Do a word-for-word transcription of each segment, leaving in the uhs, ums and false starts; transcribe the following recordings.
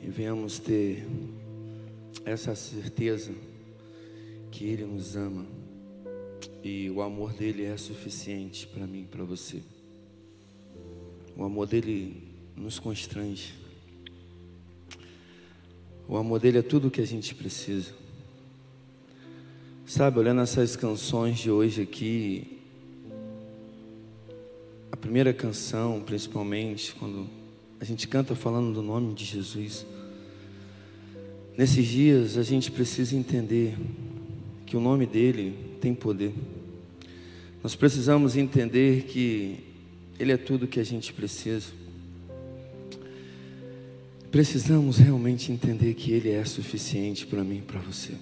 e venhamos ter essa certeza que Ele nos ama e o amor dele é suficiente para mim e para você. O amor dele nos constrange. O amor dele é tudo o que a gente precisa. Sabe, olhando essas canções de hoje aqui, a primeira canção, principalmente, quando a gente canta falando do nome de Jesus, nesses dias a gente precisa entender que o nome dele tem poder. Nós precisamos entender que ele é tudo que a gente precisa. Precisamos realmente entender que ele é suficiente para mim e para você.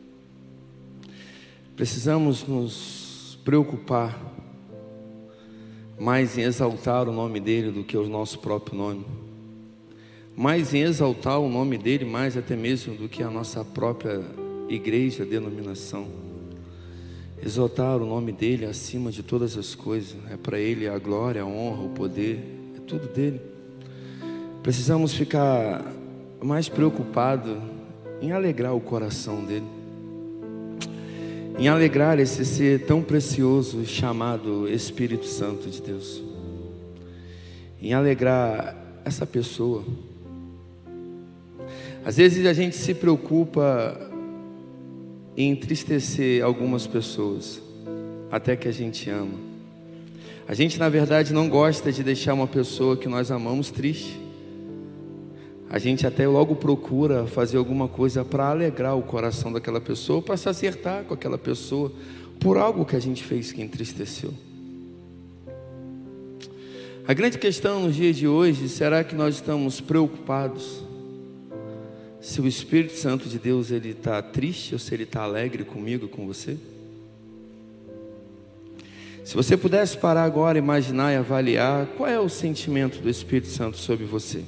Precisamos nos preocupar mais em exaltar o nome dele do que o nosso próprio nome. Mais em exaltar o nome dele, mais até mesmo do que a nossa própria igreja, denominação. Exaltar o nome dele acima de todas as coisas. É para ele a glória, a honra, o poder, é tudo dele. Precisamos ficar mais preocupados em alegrar o coração dele, em alegrar esse ser tão precioso chamado Espírito Santo de Deus, em alegrar essa pessoa. Às vezes a gente se preocupa em entristecer algumas pessoas, até que a gente ama. A gente na verdade não gosta de deixar uma pessoa que nós amamos triste. A gente até logo procura fazer alguma coisa para alegrar o coração daquela pessoa, para se acertar com aquela pessoa, por algo que a gente fez que entristeceu. A grande questão nos dias de hoje, será que nós estamos preocupados se o Espírito Santo de Deus ele está triste ou se ele está alegre comigo e com você? Se você pudesse parar agora, imaginar e avaliar, qual é o sentimento do Espírito Santo sobre você?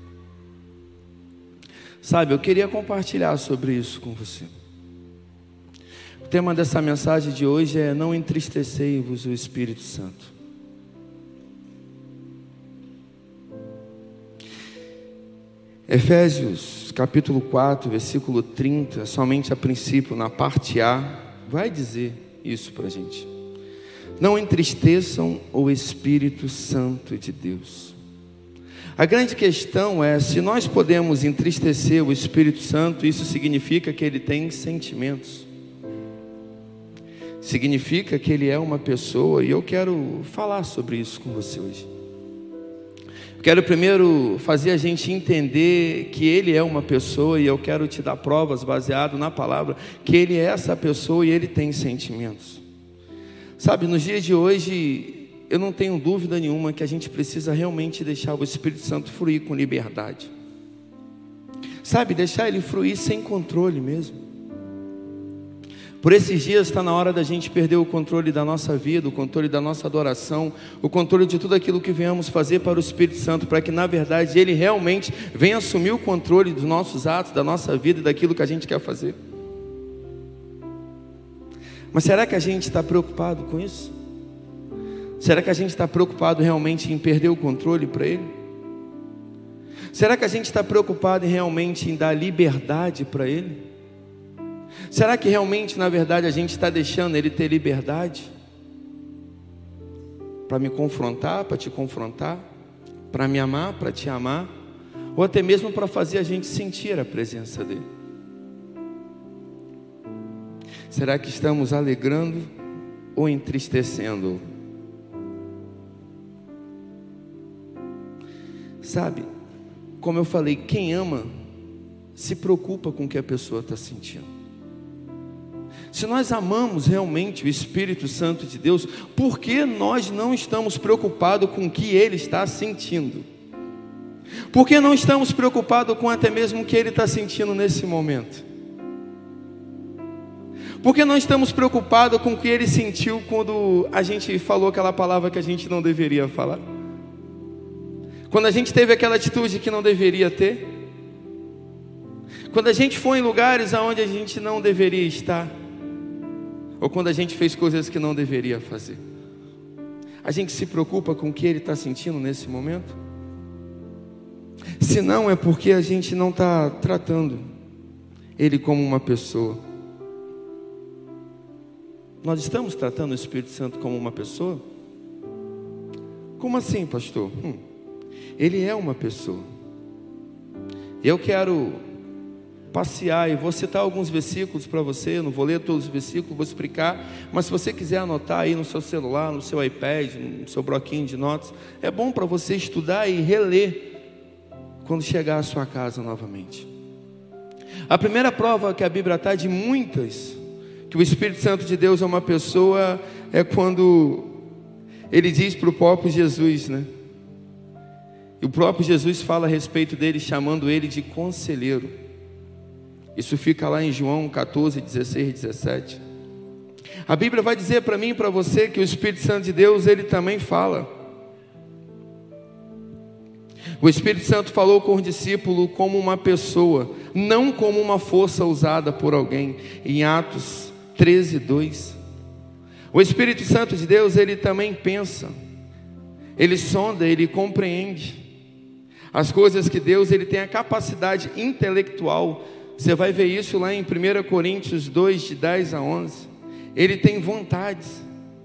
Sabe, eu queria compartilhar sobre isso com você. O tema dessa mensagem de hoje é: não entristecei-vos o Espírito Santo. Efésios capítulo quatro, versículo trinta, somente a princípio, na parte A, vai dizer isso para a gente. Não entristeçam o Espírito Santo de Deus. A grande questão é, se nós podemos entristecer o Espírito Santo, isso significa que ele tem sentimentos. Significa que ele é uma pessoa, e eu quero falar sobre isso com você hoje. Quero primeiro fazer a gente entender que ele é uma pessoa, e eu quero te dar provas baseado na palavra, que ele é essa pessoa e ele tem sentimentos. Sabe, nos dias de hoje, eu não tenho dúvida nenhuma que a gente precisa realmente deixar o Espírito Santo fluir com liberdade. Sabe, deixar ele fluir sem controle mesmo. Por esses dias está na hora da gente perder o controle da nossa vida, o controle da nossa adoração, o controle de tudo aquilo que venhamos fazer para o Espírito Santo, para que na verdade ele realmente venha assumir o controle dos nossos atos, da nossa vida e daquilo que a gente quer fazer. Mas será que a gente está preocupado com isso? Será que a gente está preocupado realmente em perder o controle para ele? Será que a gente está preocupado em realmente em dar liberdade para ele? Será que realmente, na verdade, a gente está deixando ele ter liberdade? Para me confrontar, para te confrontar? Para me amar, para te amar? Ou até mesmo para fazer a gente sentir a presença dele? Será que estamos alegrando ou entristecendo? Sabe, como eu falei, quem ama se preocupa com o que a pessoa está sentindo. Se nós amamos realmente o Espírito Santo de Deus, por que nós não estamos preocupados com o que ele está sentindo? Por que não estamos preocupados com até mesmo o que ele está sentindo nesse momento? Por que não estamos preocupados com o que ele sentiu quando a gente falou aquela palavra que a gente não deveria falar? Quando a gente teve aquela atitude que não deveria ter? Quando a gente foi em lugares onde a gente não deveria estar? Ou quando a gente fez coisas que não deveria fazer? A gente se preocupa com o que ele está sentindo nesse momento? Se não, é porque a gente não está tratando Ele como uma pessoa. Nós estamos tratando o Espírito Santo como uma pessoa? Como assim, pastor? Hum, ele é uma pessoa. Eu quero passear e vou citar alguns versículos para você. Eu não vou ler todos os versículos, vou explicar. Mas se você quiser anotar aí no seu celular, no seu iPad, no seu bloquinho de notas, é bom para você estudar e reler quando chegar à sua casa novamente. A primeira prova que a Bíblia está de muitas, que o Espírito Santo de Deus é uma pessoa, é quando ele diz para o próprio Jesus, né? E o próprio Jesus fala a respeito dele, chamando ele de conselheiro. Isso fica lá em João catorze, dezesseis e dezessete. A Bíblia vai dizer para mim e para você que o Espírito Santo de Deus, ele também fala. O Espírito Santo falou com o discípulo como uma pessoa, não como uma força usada por alguém. Em Atos treze, dois. O Espírito Santo de Deus, ele também pensa, ele sonda, ele compreende as coisas que Deus, ele tem a capacidade intelectual. Você vai ver isso lá em primeira Coríntios dois, de dez a onze. Ele tem vontades.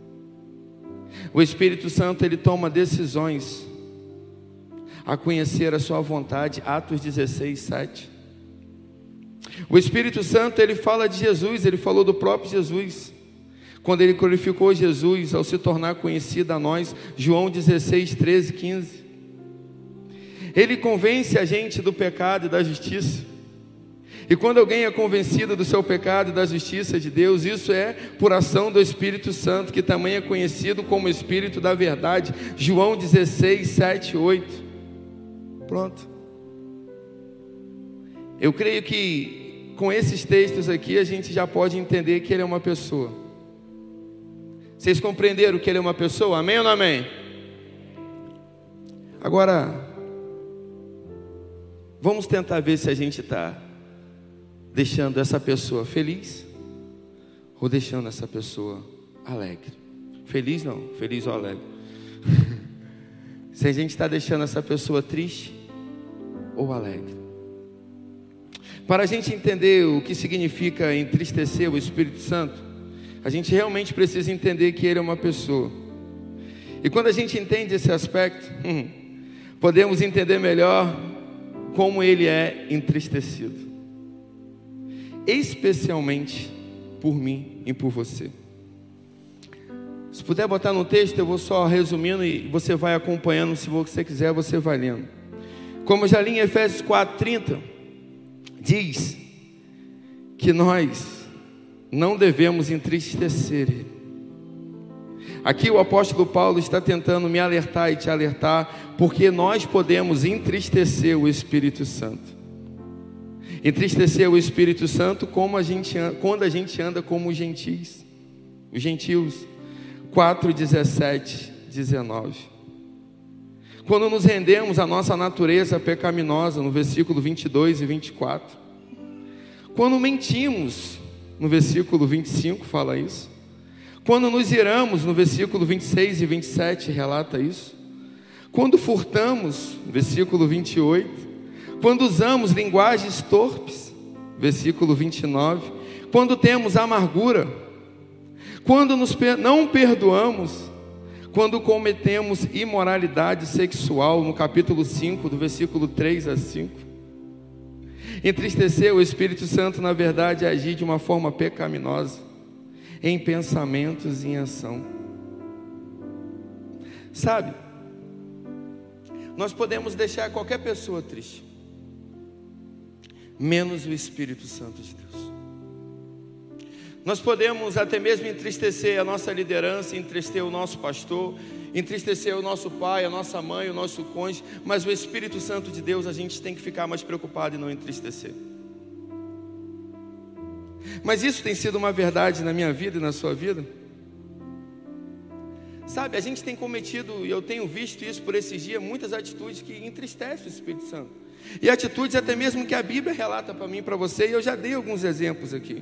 O Espírito Santo, ele toma decisões a conhecer a sua vontade. Atos dezesseis, sete. O Espírito Santo, ele fala de Jesus, ele falou do próprio Jesus, quando ele glorificou Jesus ao se tornar conhecido a nós. João dezesseis, treze, quinze. Ele convence a gente do pecado e da justiça. E quando alguém é convencido do seu pecado e da justiça de Deus, isso é por ação do Espírito Santo, que também é conhecido como Espírito da verdade. João dezesseis, sete, oito. Pronto. Eu creio que com esses textos aqui a gente já pode entender que ele é uma pessoa. Vocês compreenderam que ele é uma pessoa? Amém ou não amém? Agora, vamos tentar ver se a gente está deixando essa pessoa feliz ou deixando essa pessoa alegre. Feliz não, feliz ou alegre. Se a gente está deixando essa pessoa triste ou alegre. Para a gente entender o que significa entristecer o Espírito Santo, a gente realmente precisa entender que ele é uma pessoa. E quando a gente entende esse aspecto, hum, podemos entender melhor como ele é entristecido. Especialmente por mim e por você. Se puder botar no texto, eu vou só resumindo e você vai acompanhando. Se você quiser, você vai lendo. Como eu já li em Efésios quatro, trinta, diz que nós não devemos entristecer ele. Aqui o apóstolo Paulo está tentando me alertar e te alertar, porque nós podemos entristecer o Espírito Santo. Entristecer o Espírito Santo como a gente, quando a gente anda como os gentis. Os gentios. quatro, dezessete, dezenove. Quando nos rendemos à nossa natureza pecaminosa, no versículo vinte e dois e vinte e quatro. Quando mentimos, no versículo vinte e cinco fala isso. Quando nos iramos, no versículo vinte e seis e vinte e sete relata isso. Quando furtamos, no versículo vinte e oito. Quando usamos linguagens torpes, versículo vinte e nove. Quando temos amargura. Quando nos per- não perdoamos. Quando cometemos imoralidade sexual, no capítulo cinco, do versículo três a cinco. Entristecer o Espírito Santo, na verdade, é agir de uma forma pecaminosa, em pensamentos e em ação. Sabe, nós podemos deixar qualquer pessoa triste, menos o Espírito Santo de Deus. Nós podemos até mesmo entristecer a nossa liderança, entristecer o nosso pastor, entristecer o nosso pai, a nossa mãe, o nosso cônjuge, mas o Espírito Santo de Deus a gente tem que ficar mais preocupado em não entristecer. Mas isso tem sido uma verdade na minha vida e na sua vida. Sabe, a gente tem cometido, e eu tenho visto isso por esses dias, muitas atitudes que entristecem o Espírito Santo. E atitudes até mesmo que a Bíblia relata para mim e para você, e eu já dei alguns exemplos aqui.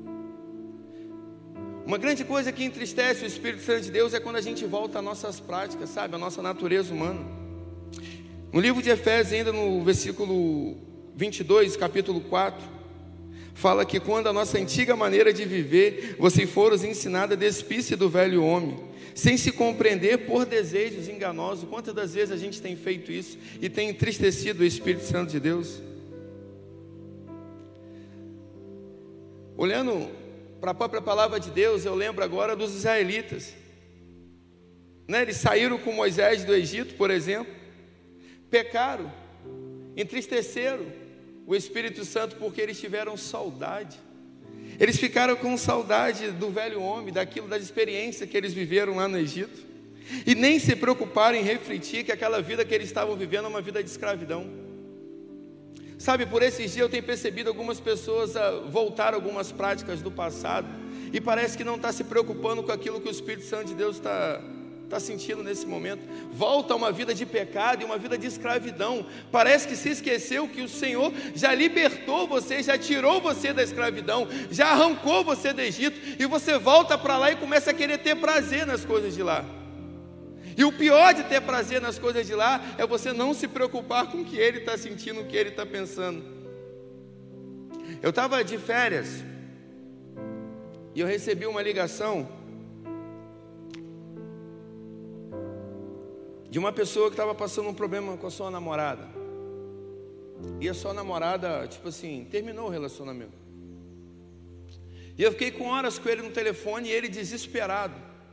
Uma grande coisa que entristece o Espírito Santo de Deus é quando a gente volta às nossas práticas, sabe, a nossa natureza humana. No livro de Efésios, ainda no versículo vinte e dois, capítulo quatro, fala que quando a nossa antiga maneira de viver, vocês foram ensinados a despir-se do velho homem, sem se compreender por desejos enganosos. Quantas das vezes a gente tem feito isso e tem entristecido o Espírito Santo de Deus? Olhando para a própria palavra de Deus, eu lembro agora dos israelitas, né? Eles saíram com Moisés do Egito, por exemplo, pecaram, entristeceram o Espírito Santo porque eles tiveram saudade. Eles ficaram com saudade do velho homem, daquilo, das experiências que eles viveram lá no Egito, e nem se preocuparam em refletir que aquela vida que eles estavam vivendo é uma vida de escravidão. Sabe, por esses dias eu tenho percebido algumas pessoas a voltar a algumas práticas do passado, e parece que não está se preocupando com aquilo que o Espírito Santo de Deus está está sentindo nesse momento. Volta a uma vida de pecado e uma vida de escravidão. Parece que se esqueceu que o Senhor já libertou você, já tirou você da escravidão, já arrancou você do Egito, e você volta para lá e começa a querer ter prazer nas coisas de lá. E o pior de ter prazer nas coisas de lá é você não se preocupar com o que ele está sentindo, o que ele está pensando. Eu estava de férias e eu recebi uma ligação de uma pessoa que estava passando um problema com a sua namorada. E a sua namorada, tipo assim, terminou o relacionamento. E eu fiquei com horas com ele no telefone, e ele desesperado,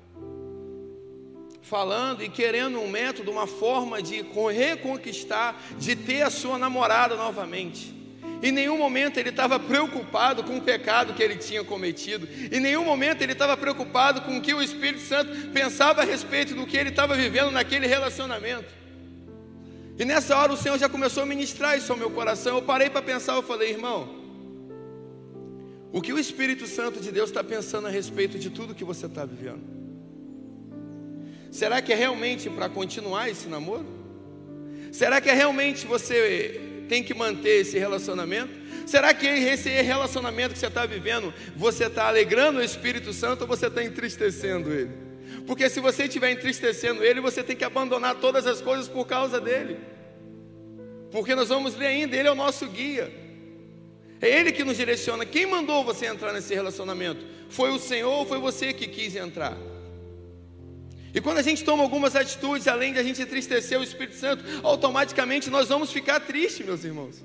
falando e querendo um método, uma forma de reconquistar, de ter a sua namorada novamente. Em nenhum momento ele estava preocupado com o pecado que ele tinha cometido. Em nenhum momento ele estava preocupado com o que o Espírito Santo pensava a respeito do que ele estava vivendo naquele relacionamento. E nessa hora o Senhor já começou a ministrar isso ao meu coração. Eu parei para pensar, eu falei: irmão, o que o Espírito Santo de Deus está pensando a respeito de tudo que você está vivendo? Será que é realmente para continuar esse namoro? Será que é realmente você tem que manter esse relacionamento? Será que esse relacionamento que você está vivendo, você está alegrando o Espírito Santo ou você está entristecendo ele? Porque se você estiver entristecendo ele, você tem que abandonar todas as coisas por causa dele. Porque nós vamos ler ainda, ele é o nosso guia, é ele que nos direciona. Quem mandou você entrar nesse relacionamento? Foi o Senhor ou foi você que quis entrar? E quando a gente toma algumas atitudes, além de a gente entristecer o Espírito Santo, automaticamente nós vamos ficar tristes, meus irmãos.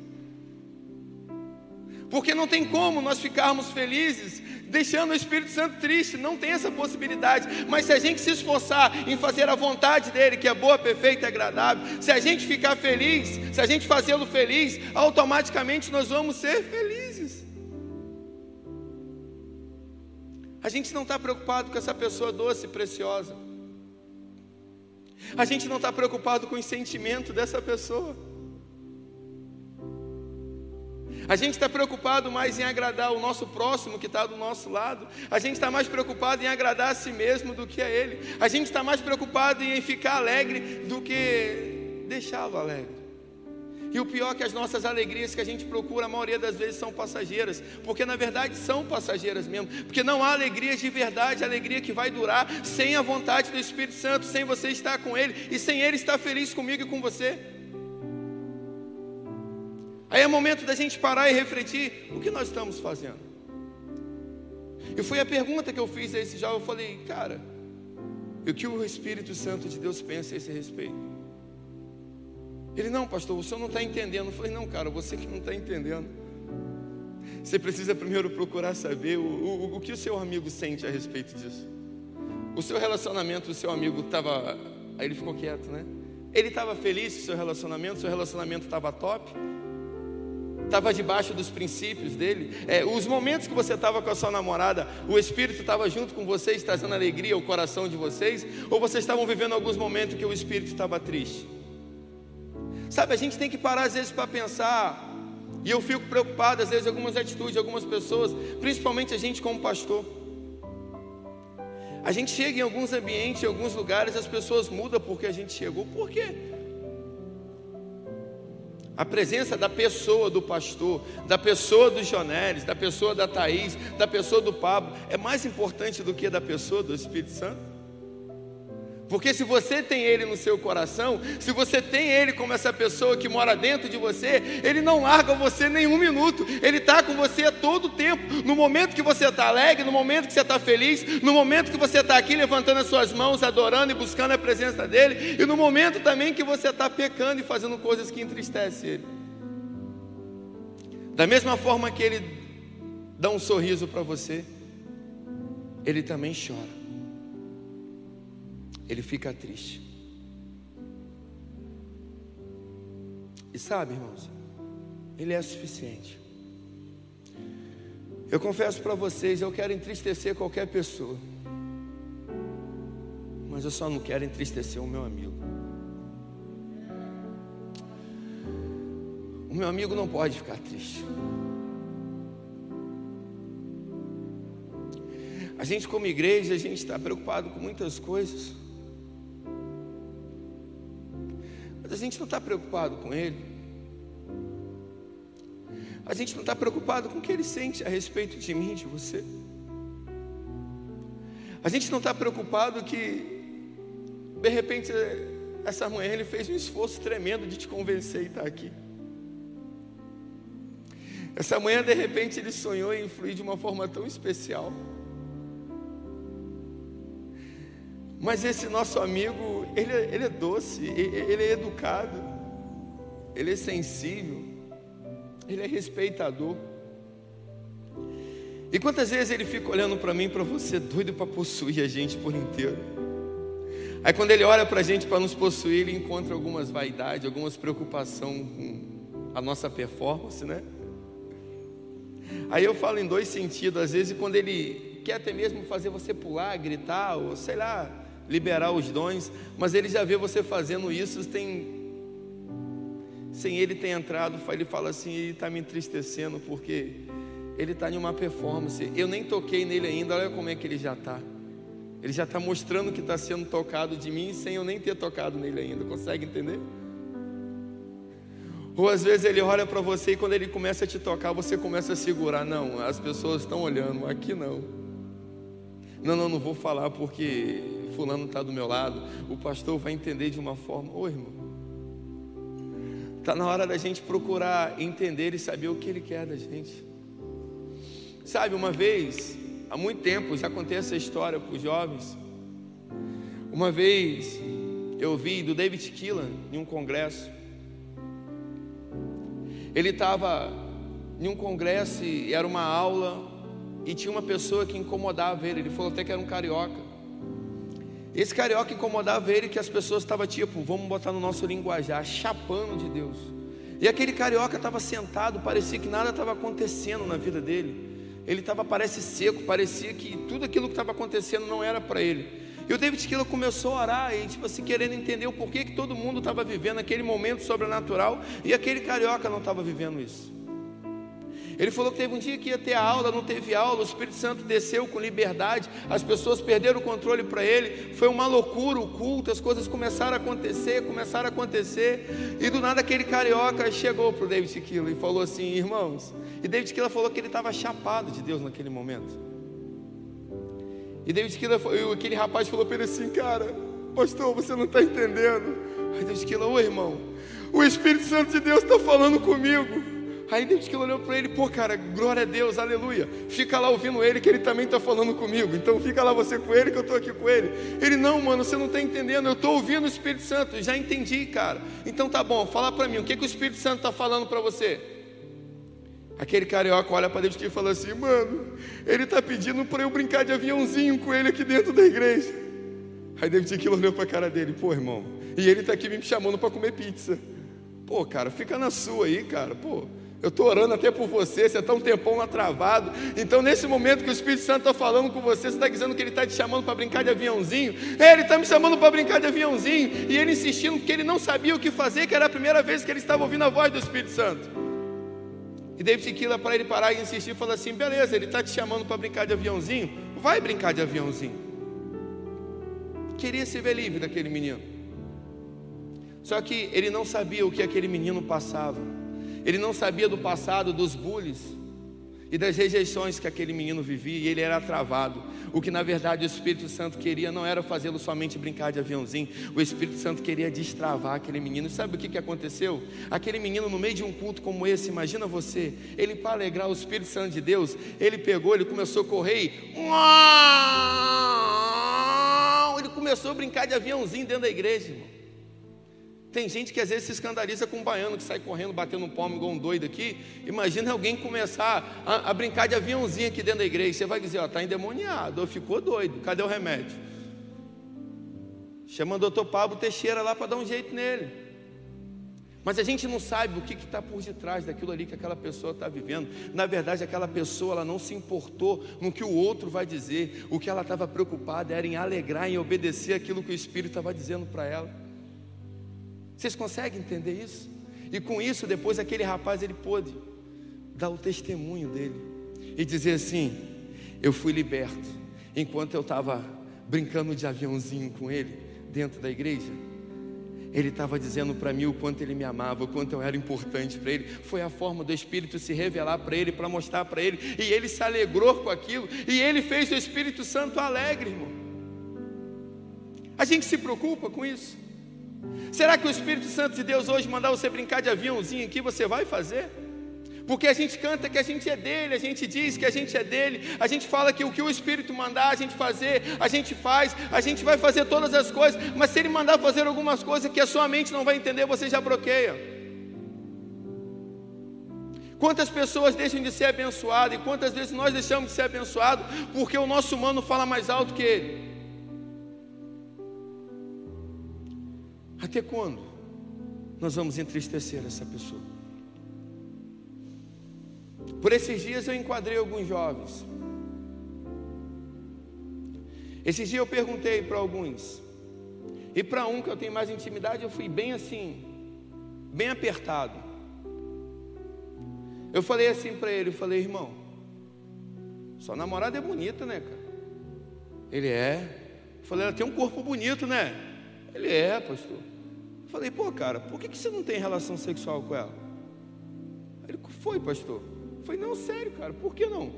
Porque não tem como nós ficarmos felizes deixando o Espírito Santo triste, não tem essa possibilidade. Mas se a gente se esforçar em fazer a vontade dele, que é boa, perfeita e agradável, se a gente ficar feliz, se a gente fazê-lo feliz, automaticamente nós vamos ser felizes. A gente não está preocupado com essa pessoa doce e preciosa. A gente não está preocupado com o sentimento dessa pessoa. A gente está preocupado mais em agradar o nosso próximo que está do nosso lado. A gente está mais preocupado em agradar a si mesmo do que a ele. A gente está mais preocupado em ficar alegre do que deixá-lo alegre. E o pior é que as nossas alegrias que a gente procura, a maioria das vezes são passageiras. Porque na verdade são passageiras mesmo. Porque não há alegria de verdade, alegria que vai durar sem a vontade do Espírito Santo, sem você estar com ele e sem ele estar feliz comigo e com você. Aí é momento da gente parar e refletir o que nós estamos fazendo. E foi a pergunta que eu fiz a esse jovem. Eu falei: cara, e o que o Espírito Santo de Deus pensa a esse respeito? Ele: não, pastor, o senhor não está entendendo. Eu falei: não, cara, você que não está entendendo. Você precisa primeiro procurar saber o, o, o que o seu amigo sente a respeito disso. O seu relacionamento, o seu amigo estava... Aí ele ficou quieto, né? Ele estava feliz com o seu relacionamento? O seu relacionamento estava top? Estava debaixo dos princípios dele? É, os momentos que você estava com a sua namorada, o Espírito estava junto com vocês, trazendo alegria ao coração de vocês? Ou vocês estavam vivendo alguns momentos que o Espírito estava triste? Sabe, a gente tem que parar às vezes para pensar. E eu fico preocupado às vezes com algumas atitudes de algumas pessoas, principalmente a gente como pastor. A gente chega em alguns ambientes, em alguns lugares, as pessoas mudam porque a gente chegou. Por quê? A presença da pessoa do pastor, da pessoa do Jonelis, da pessoa da Thaís, da pessoa do Pablo, é mais importante do que da pessoa do Espírito Santo? Porque se você tem Ele no seu coração, se você tem Ele como essa pessoa que mora dentro de você, Ele não larga você nem um minuto, Ele está com você a todo tempo. No momento que você está alegre, no momento que você está feliz, no momento que você está aqui levantando as suas mãos, adorando e buscando a presença dEle, e no momento também que você está pecando e fazendo coisas que entristecem Ele. Da mesma forma que Ele dá um sorriso para você, Ele também chora. Ele fica triste. E sabe, irmãos, Ele é suficiente. Eu confesso para vocês, eu quero entristecer qualquer pessoa, mas eu só não quero entristecer o meu amigo. O meu amigo não pode ficar triste. A gente como igreja, a gente está preocupado com muitas coisas, mas a gente não está preocupado com Ele. A gente não está preocupado com o que Ele sente a respeito de mim, de você. A gente não está preocupado que, de repente, essa manhã Ele fez um esforço tremendo de te convencer e estar aqui. Essa manhã, de repente, Ele sonhou em fluir de uma forma tão especial. Mas esse nosso amigo, ele, ele é doce, ele é educado, ele é sensível, ele é respeitador. E quantas vezes ele fica olhando para mim e para você, doido para possuir a gente por inteiro. Aí quando ele olha para a gente para nos possuir, ele encontra algumas vaidades, algumas preocupações com a nossa performance, né? Aí eu falo em dois sentidos, às vezes quando ele quer até mesmo fazer você pular, gritar, ou sei lá, liberar os dons, mas ele já vê você fazendo isso, tem, sem ele ter entrado, ele fala assim, ele está me entristecendo, porque ele está em uma performance, eu nem toquei nele ainda, olha como é que ele já está, ele já está mostrando que está sendo tocado de mim, sem eu nem ter tocado nele ainda, consegue entender? Ou às vezes ele olha para você e quando ele começa a te tocar, você começa a segurar, não, as pessoas estão olhando, aqui não, não, não, não vou falar porque fulano está do meu lado, o pastor vai entender de uma forma, ô irmão, está na hora da gente procurar entender e saber o que Ele quer da gente. Sabe, uma vez, há muito tempo, já contei essa história para os jovens, uma vez eu vi do David Keelan em um congresso, ele estava em um congresso e era uma aula e tinha uma pessoa que incomodava ele, ele falou até que era um carioca. Esse carioca incomodava ele, que as pessoas estavam tipo, vamos botar no nosso linguajar, chapando de Deus. E aquele carioca estava sentado, parecia que nada estava acontecendo na vida dele. Ele estava, parece seco, parecia que tudo aquilo que estava acontecendo não era para ele. E o David Keelan começou a orar, e tipo assim, querendo entender o porquê que todo mundo estava vivendo aquele momento sobrenatural, e aquele carioca não estava vivendo isso. Ele falou que teve um dia que ia ter a aula, não teve aula, o Espírito Santo desceu com liberdade, as pessoas perderam o controle para ele, foi uma loucura o culto, as coisas começaram a acontecer, começaram a acontecer, e do nada aquele carioca chegou para o David Keelan e falou assim, irmãos, e David Keelan falou que ele estava chapado de Deus naquele momento. E David Keelan, aquele rapaz falou para ele assim, cara, pastor, você não está entendendo. Aí David Keelan, ô irmão, o Espírito Santo de Deus está falando comigo. Aí David Keelan olhou para ele, pô cara, glória a Deus, aleluia, fica lá ouvindo ele que ele também está falando comigo, então fica lá você com ele que eu estou aqui com ele. Ele, não mano, você não está entendendo, eu estou ouvindo o Espírito Santo, já entendi cara, então tá bom, fala para mim, o que, que o Espírito Santo está falando para você? Aquele carioca olha para David Keelan e fala assim, mano, ele está pedindo para eu brincar de aviãozinho com ele aqui dentro da igreja. Aí David Keelan olhou para a cara dele, pô irmão, e ele está aqui me chamando para comer pizza. Pô cara, fica na sua aí cara, pô, eu estou orando até por você, você está um tempão lá travado. Então nesse momento que o Espírito Santo está falando com você, você está dizendo que ele está te chamando para brincar de aviãozinho. É, ele está me chamando para brincar de aviãozinho. E ele insistindo porque ele não sabia o que fazer, que era a primeira vez que ele estava ouvindo a voz do Espírito Santo. E David Keelan, para ele parar e insistir, falou assim, beleza, ele está te chamando para brincar de aviãozinho, vai brincar de aviãozinho. Queria se ver livre daquele menino. Só que ele não sabia o que aquele menino passava. Ele não sabia do passado dos bullies e das rejeições que aquele menino vivia, e ele era travado. O que na verdade o Espírito Santo queria não era fazê-lo somente brincar de aviãozinho. O Espírito Santo queria destravar aquele menino. E sabe o que, que aconteceu? Aquele menino, no meio de um culto como esse, imagina você, ele, para alegrar o Espírito Santo de Deus, ele pegou, ele começou a correr e ele começou a brincar de aviãozinho dentro da igreja, irmão. Tem gente que às vezes se escandaliza com um baiano que sai correndo, batendo um palmo igual um doido aqui. Imagina alguém começar a, a brincar de aviãozinho aqui dentro da igreja. Você vai dizer, ó, está endemoniado, ou ficou doido, cadê o remédio? Chama o doutor Pablo Teixeira lá para dar um jeito nele. Mas a gente não sabe o que está por detrás daquilo ali que aquela pessoa está vivendo. Na verdade, aquela pessoa, ela não se importou no que o outro vai dizer. O que ela estava preocupada era em alegrar, em obedecer aquilo que o Espírito estava dizendo para ela. Vocês conseguem entender isso? E com isso, depois aquele rapaz, ele pôde dar o testemunho dele e dizer assim: eu fui liberto. Enquanto eu estava brincando de aviãozinho com ele dentro da igreja, ele estava dizendo para mim o quanto ele me amava, o quanto eu era importante para ele. Foi a forma do Espírito se revelar para ele, para mostrar para ele, e ele se alegrou com aquilo, e ele fez o Espírito Santo alegre, irmão. A gente se preocupa com isso? Será que o Espírito Santo de Deus hoje mandar você brincar de aviãozinho aqui, você vai fazer? Porque a gente canta que a gente é dele, a gente diz que a gente é dele, a gente fala que o que o Espírito mandar a gente fazer, a gente faz, a gente vai fazer todas as coisas, mas se ele mandar fazer algumas coisas que a sua mente não vai entender, você já bloqueia. Quantas pessoas deixam de ser abençoadas, e quantas vezes nós deixamos de ser abençoados porque o nosso humano fala mais alto que ele? Até quando nós vamos entristecer essa pessoa? Por esses dias eu enquadrei alguns jovens. Esses dias eu perguntei para alguns, e para um que eu tenho mais intimidade, eu fui bem assim, bem apertado. Eu falei assim para ele, eu falei: irmão, sua namorada é bonita, né, cara? Ele é. Eu falei: ela tem um corpo bonito, né? Ele é, pastor. Eu falei: pô, cara, por que, que você não tem relação sexual com ela? Ele: foi, pastor. Eu falei: não, sério, cara, por que não?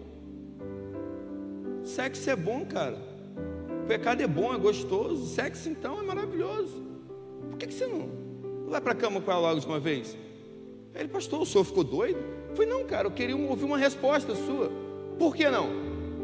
Sexo é bom, cara. O pecado é bom, é gostoso. Sexo então é maravilhoso. Por que, que você não, não vai para a cama com ela logo de uma vez? Ele: pastor, o senhor ficou doido? Eu falei: não, cara, eu queria ouvir uma resposta sua. Por que não?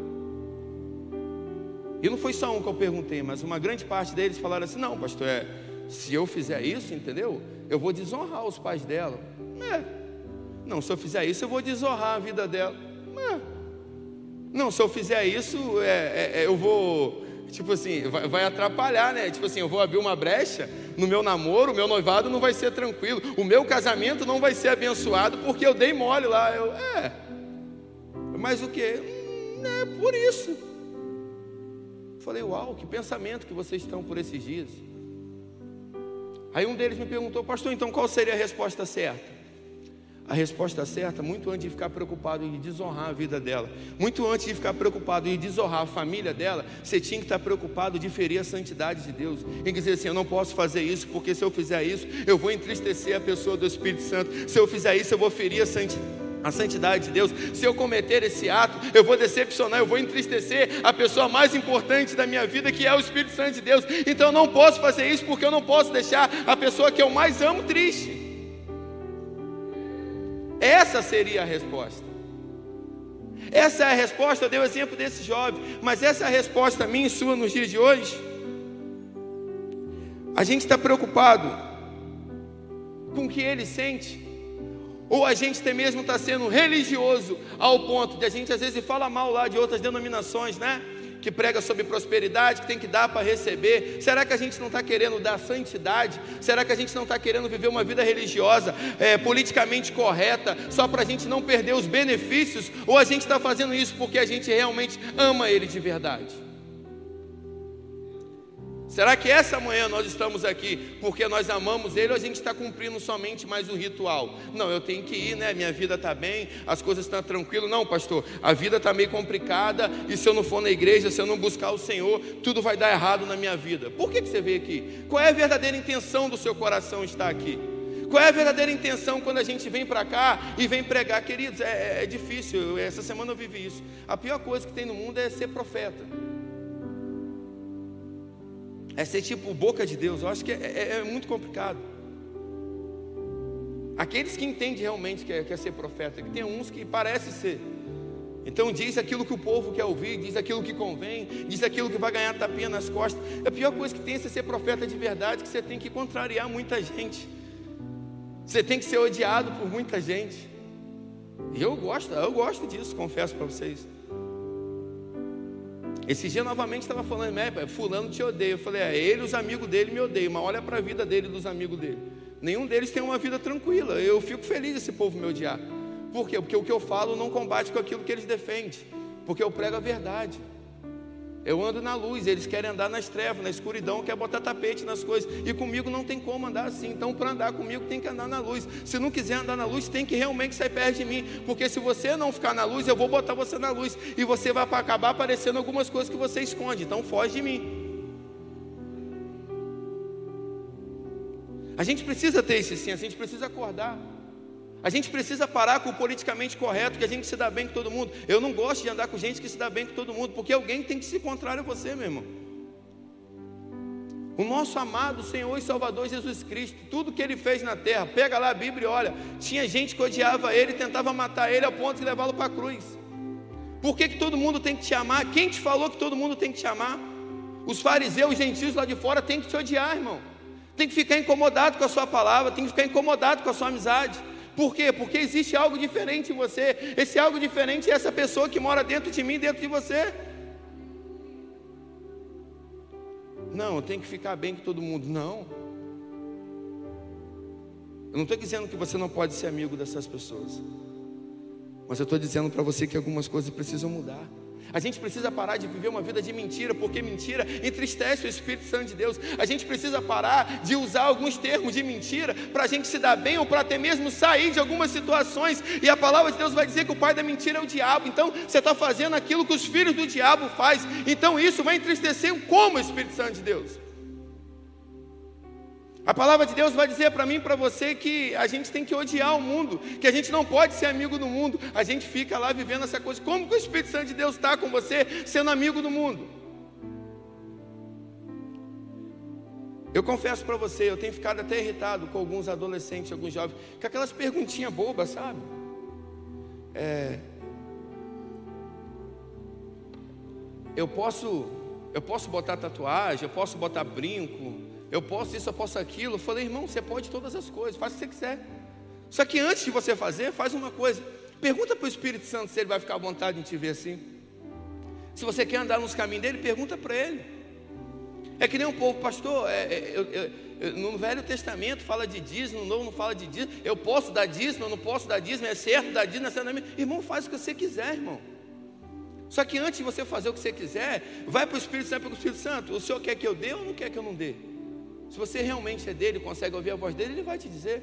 E não foi só um que eu perguntei, mas uma grande parte deles falaram assim: não, pastor, é, se eu fizer isso, entendeu? Eu vou desonrar os pais dela. É. Não, se eu fizer isso, eu vou desonrar a vida dela. É. Não, se eu fizer isso, é, é, eu vou, tipo assim, vai, vai atrapalhar, né? Tipo assim, eu vou abrir uma brecha no meu namoro, o meu noivado não vai ser tranquilo, o meu casamento não vai ser abençoado porque eu dei mole lá. Eu, é. Mas o quê? Hum, é por isso. Falei: uau, que pensamento que vocês estão por esses dias. Aí um deles me perguntou: pastor, então qual seria a resposta certa? A resposta certa, muito antes de ficar preocupado em desonrar a vida dela, muito antes de ficar preocupado em desonrar a família dela, você tinha que estar preocupado de ferir a santidade de Deus, em dizer assim: eu não posso fazer isso, porque se eu fizer isso, eu vou entristecer a pessoa do Espírito Santo. Se eu fizer isso, eu vou ferir a santidade a santidade de Deus. Se eu cometer esse ato, eu vou decepcionar, eu vou entristecer a pessoa mais importante da minha vida, que é o Espírito Santo de Deus. Então eu não posso fazer isso, porque eu não posso deixar a pessoa que eu mais amo triste. Essa seria a resposta. Essa é a resposta. Eu dei o exemplo desse jovem, mas essa é a resposta minha e sua nos dias de hoje. A gente está preocupado com o que ele sente, ou a gente até mesmo está sendo religioso ao ponto de a gente às vezes fala mal lá de outras denominações, né? Que prega sobre prosperidade, que tem que dar para receber. Será que a gente não está querendo dar santidade? Será que a gente não está querendo viver uma vida religiosa, é, politicamente correta, só para a gente não perder os benefícios? Ou a gente está fazendo isso porque a gente realmente ama Ele de verdade? Será que essa manhã nós estamos aqui porque nós amamos Ele, ou a gente está cumprindo somente mais um ritual? Não, eu tenho que ir, né? Minha vida está bem, as coisas estão tranquilas. Não, pastor, a vida está meio complicada, e se eu não for na igreja, se eu não buscar o Senhor, tudo vai dar errado na minha vida. Por que, que você veio aqui? Qual é a verdadeira intenção do seu coração estar aqui? Qual é a verdadeira intenção quando a gente vem para cá e vem pregar? Queridos, é, é difícil, eu, essa semana eu vivi isso. A pior coisa que tem no mundo é ser profeta, é ser tipo boca de Deus. Eu acho que é, é, é muito complicado. Aqueles que entendem realmente que é, que é ser profeta, que tem uns que parecem ser. Então diz aquilo que o povo quer ouvir, diz aquilo que convém, diz aquilo que vai ganhar tapinha nas costas. A pior coisa que tem é ser profeta de verdade, que você tem que contrariar muita gente. Você tem que ser odiado por muita gente. E eu gosto, eu gosto disso, confesso para vocês. Esse dia novamente estava falando, fulano te odeia. Eu falei, é, ele e os amigos dele me odeiam, mas olha para a vida dele e dos amigos dele. Nenhum deles tem uma vida tranquila. Eu fico feliz desse povo me odiar. Por quê? Porque o que eu falo não combate com aquilo que eles defendem. Porque eu prego a verdade. Eu ando na luz, eles querem andar nas trevas, na escuridão, quer botar tapete nas coisas. E comigo não tem como andar assim. Então, para andar comigo, tem que andar na luz. Se não quiser andar na luz, tem que realmente sair perto de mim. Porque se você não ficar na luz, eu vou botar você na luz. E você vai acabar aparecendo algumas coisas que você esconde. Então, foge de mim. A gente precisa ter esse sim, a gente precisa acordar. A gente precisa parar com o politicamente correto, que a gente se dá bem com todo mundo. Eu não gosto de andar com gente que se dá bem com todo mundo, porque alguém tem que se contrário a você, meu irmão. O nosso amado Senhor e Salvador Jesus Cristo, tudo que Ele fez na terra, pega lá a Bíblia e olha, tinha gente que odiava Ele, tentava matar Ele ao ponto de levá-lo para a cruz. Por que que todo mundo tem que te amar? Quem te falou que todo mundo tem que te amar? Os fariseus, os gentios lá de fora têm que te odiar, irmão. Tem que ficar incomodado com a sua palavra, tem que ficar incomodado com a sua amizade. Por quê? Porque existe algo diferente em você. Esse algo diferente é essa pessoa que mora dentro de mim, dentro de você. Não, eu tenho que ficar bem com todo mundo. Não. Eu não estou dizendo que você não pode ser amigo dessas pessoas, mas eu estou dizendo para você que algumas coisas precisam mudar. A gente precisa parar de viver uma vida de mentira, porque mentira entristece o Espírito Santo de Deus. A gente precisa parar de usar alguns termos de mentira para a gente se dar bem ou para até mesmo sair de algumas situações. E a palavra de Deus vai dizer que o pai da mentira é o diabo. Então você está fazendo aquilo que os filhos do diabo fazem. Então isso vai entristecer como o Espírito Santo de Deus. A palavra de Deus vai dizer para mim e para você que a gente tem que odiar o mundo, que a gente não pode ser amigo do mundo. A gente fica lá vivendo essa coisa. Como que o Espírito Santo de Deus está com você sendo amigo do mundo? Eu confesso para você, eu tenho ficado até irritado com alguns adolescentes, alguns jovens, com aquelas perguntinhas bobas, sabe? É... Eu posso, eu posso botar tatuagem, eu posso botar brinco, eu posso isso, eu posso aquilo. Eu falei, irmão, você pode todas as coisas, faz o que você quiser. Só que antes de você fazer, faz uma coisa. Pergunta para o Espírito Santo se ele vai ficar à vontade em te ver assim. Se você quer andar nos caminhos dele, pergunta para ele. É que nem um povo, pastor, é, é, eu, eu, eu, no Velho Testamento fala de dízimo, no Novo não fala de dízimo. Eu posso dar dízimo, eu não posso dar dízimo, é certo dar dízimo, é certo. Irmão, faz o que você quiser, irmão. Só que antes de você fazer o que você quiser, vai para o Espírito Santo, para o Espírito Santo. O Senhor quer que eu dê ou não quer que eu não dê? Se você realmente é dele, consegue ouvir a voz dele, ele vai te dizer.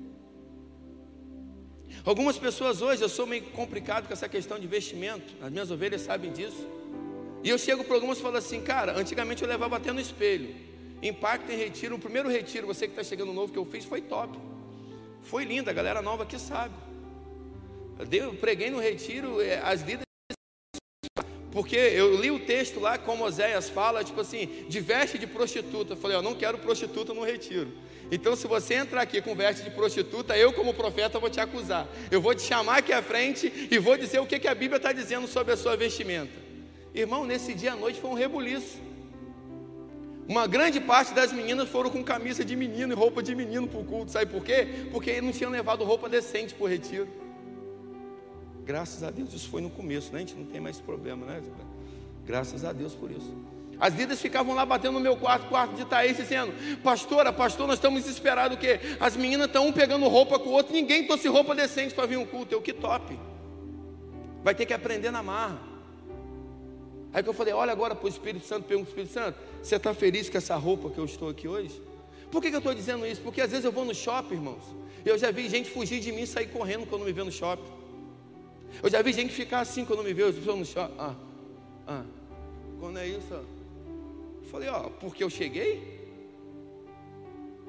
Algumas pessoas hoje, eu sou meio complicado com essa questão de investimento. As minhas ovelhas sabem disso. E eu chego para algumas e falo assim, cara, antigamente eu levava até no espelho. Impacto em retiro, o primeiro retiro, você que está chegando novo, que eu fiz, foi top. Foi lindo, a galera nova que sabe. Eu preguei no retiro, as lidas. Porque eu li o texto lá, como Oséias fala, tipo assim, de veste de prostituta. Eu falei, eu não quero prostituta no retiro. Então se você entrar aqui com veste de prostituta, eu como profeta vou te acusar. Eu vou te chamar aqui à frente e vou dizer o que, que a Bíblia está dizendo sobre a sua vestimenta. Irmão, nesse dia à noite foi um rebuliço. Uma grande parte das meninas foram com camisa de menino e roupa de menino para o culto. Sabe por quê? Porque não tinham levado roupa decente para o retiro. Graças a Deus, isso foi no começo, né? A gente não tem mais esse problema, né? Graças a Deus por isso. As líderes ficavam lá batendo no meu quarto, quarto de Thaís, dizendo, pastora, pastor, nós estamos desesperados o quê? As meninas estão um pegando roupa com o outro, ninguém trouxe roupa decente para vir um culto. Eu, que top. Vai ter que aprender na marra. Aí que eu falei, olha agora para o Espírito Santo, pergunto ao Espírito Santo, você está feliz com essa roupa que eu estou aqui hoje? Por que, que eu estou dizendo isso? Porque às vezes eu vou no shopping, irmãos, eu já vi gente fugir de mim e sair correndo quando me vê no shopping. Eu já vi gente ficar assim quando me vê, as pessoas no shopping. Ah, ah, quando é isso, ó. Eu falei, ó, porque eu cheguei?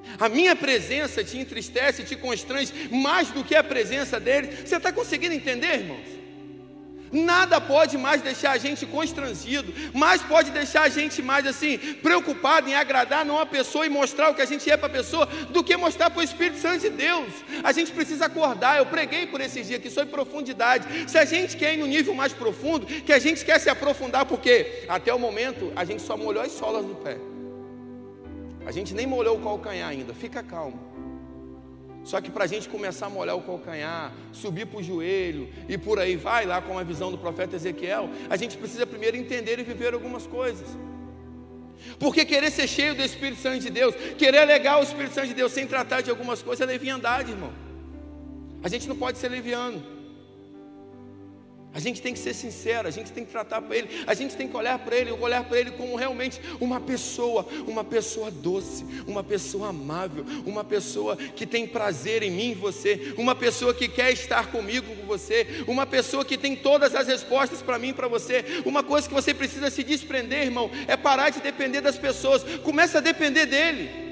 A minha presença te entristece, te constrange mais do que a presença deles. Você está conseguindo entender, irmãos? Nada pode mais deixar a gente constrangido, mais pode deixar a gente mais assim, preocupado em agradar numa pessoa e mostrar o que a gente é para a pessoa, do que mostrar para o Espírito Santo de Deus. A gente precisa acordar. Eu preguei por esses dias que sobre profundidade. Se a gente quer ir no nível mais profundo, que a gente quer se aprofundar, porque até o momento a gente só molhou as solas do pé, a gente nem molhou o calcanhar ainda. Fica calmo. Só que para a gente começar a molhar o calcanhar, subir para o joelho e por aí vai, lá com a visão do profeta Ezequiel, a gente precisa primeiro entender e viver algumas coisas. Porque querer ser cheio do Espírito Santo de Deus, querer alegar o Espírito Santo de Deus sem tratar de algumas coisas é leviandade, irmão. A gente não pode ser leviano. A gente tem que ser sincero, a gente tem que tratar para Ele, a gente tem que olhar para Ele, olhar para Ele como realmente uma pessoa, uma pessoa doce, uma pessoa amável, uma pessoa que tem prazer em mim e você, uma pessoa que quer estar comigo, com você, uma pessoa que tem todas as respostas para mim e para você. Uma coisa que você precisa se desprender, irmão, é parar de depender das pessoas, começa a depender dEle.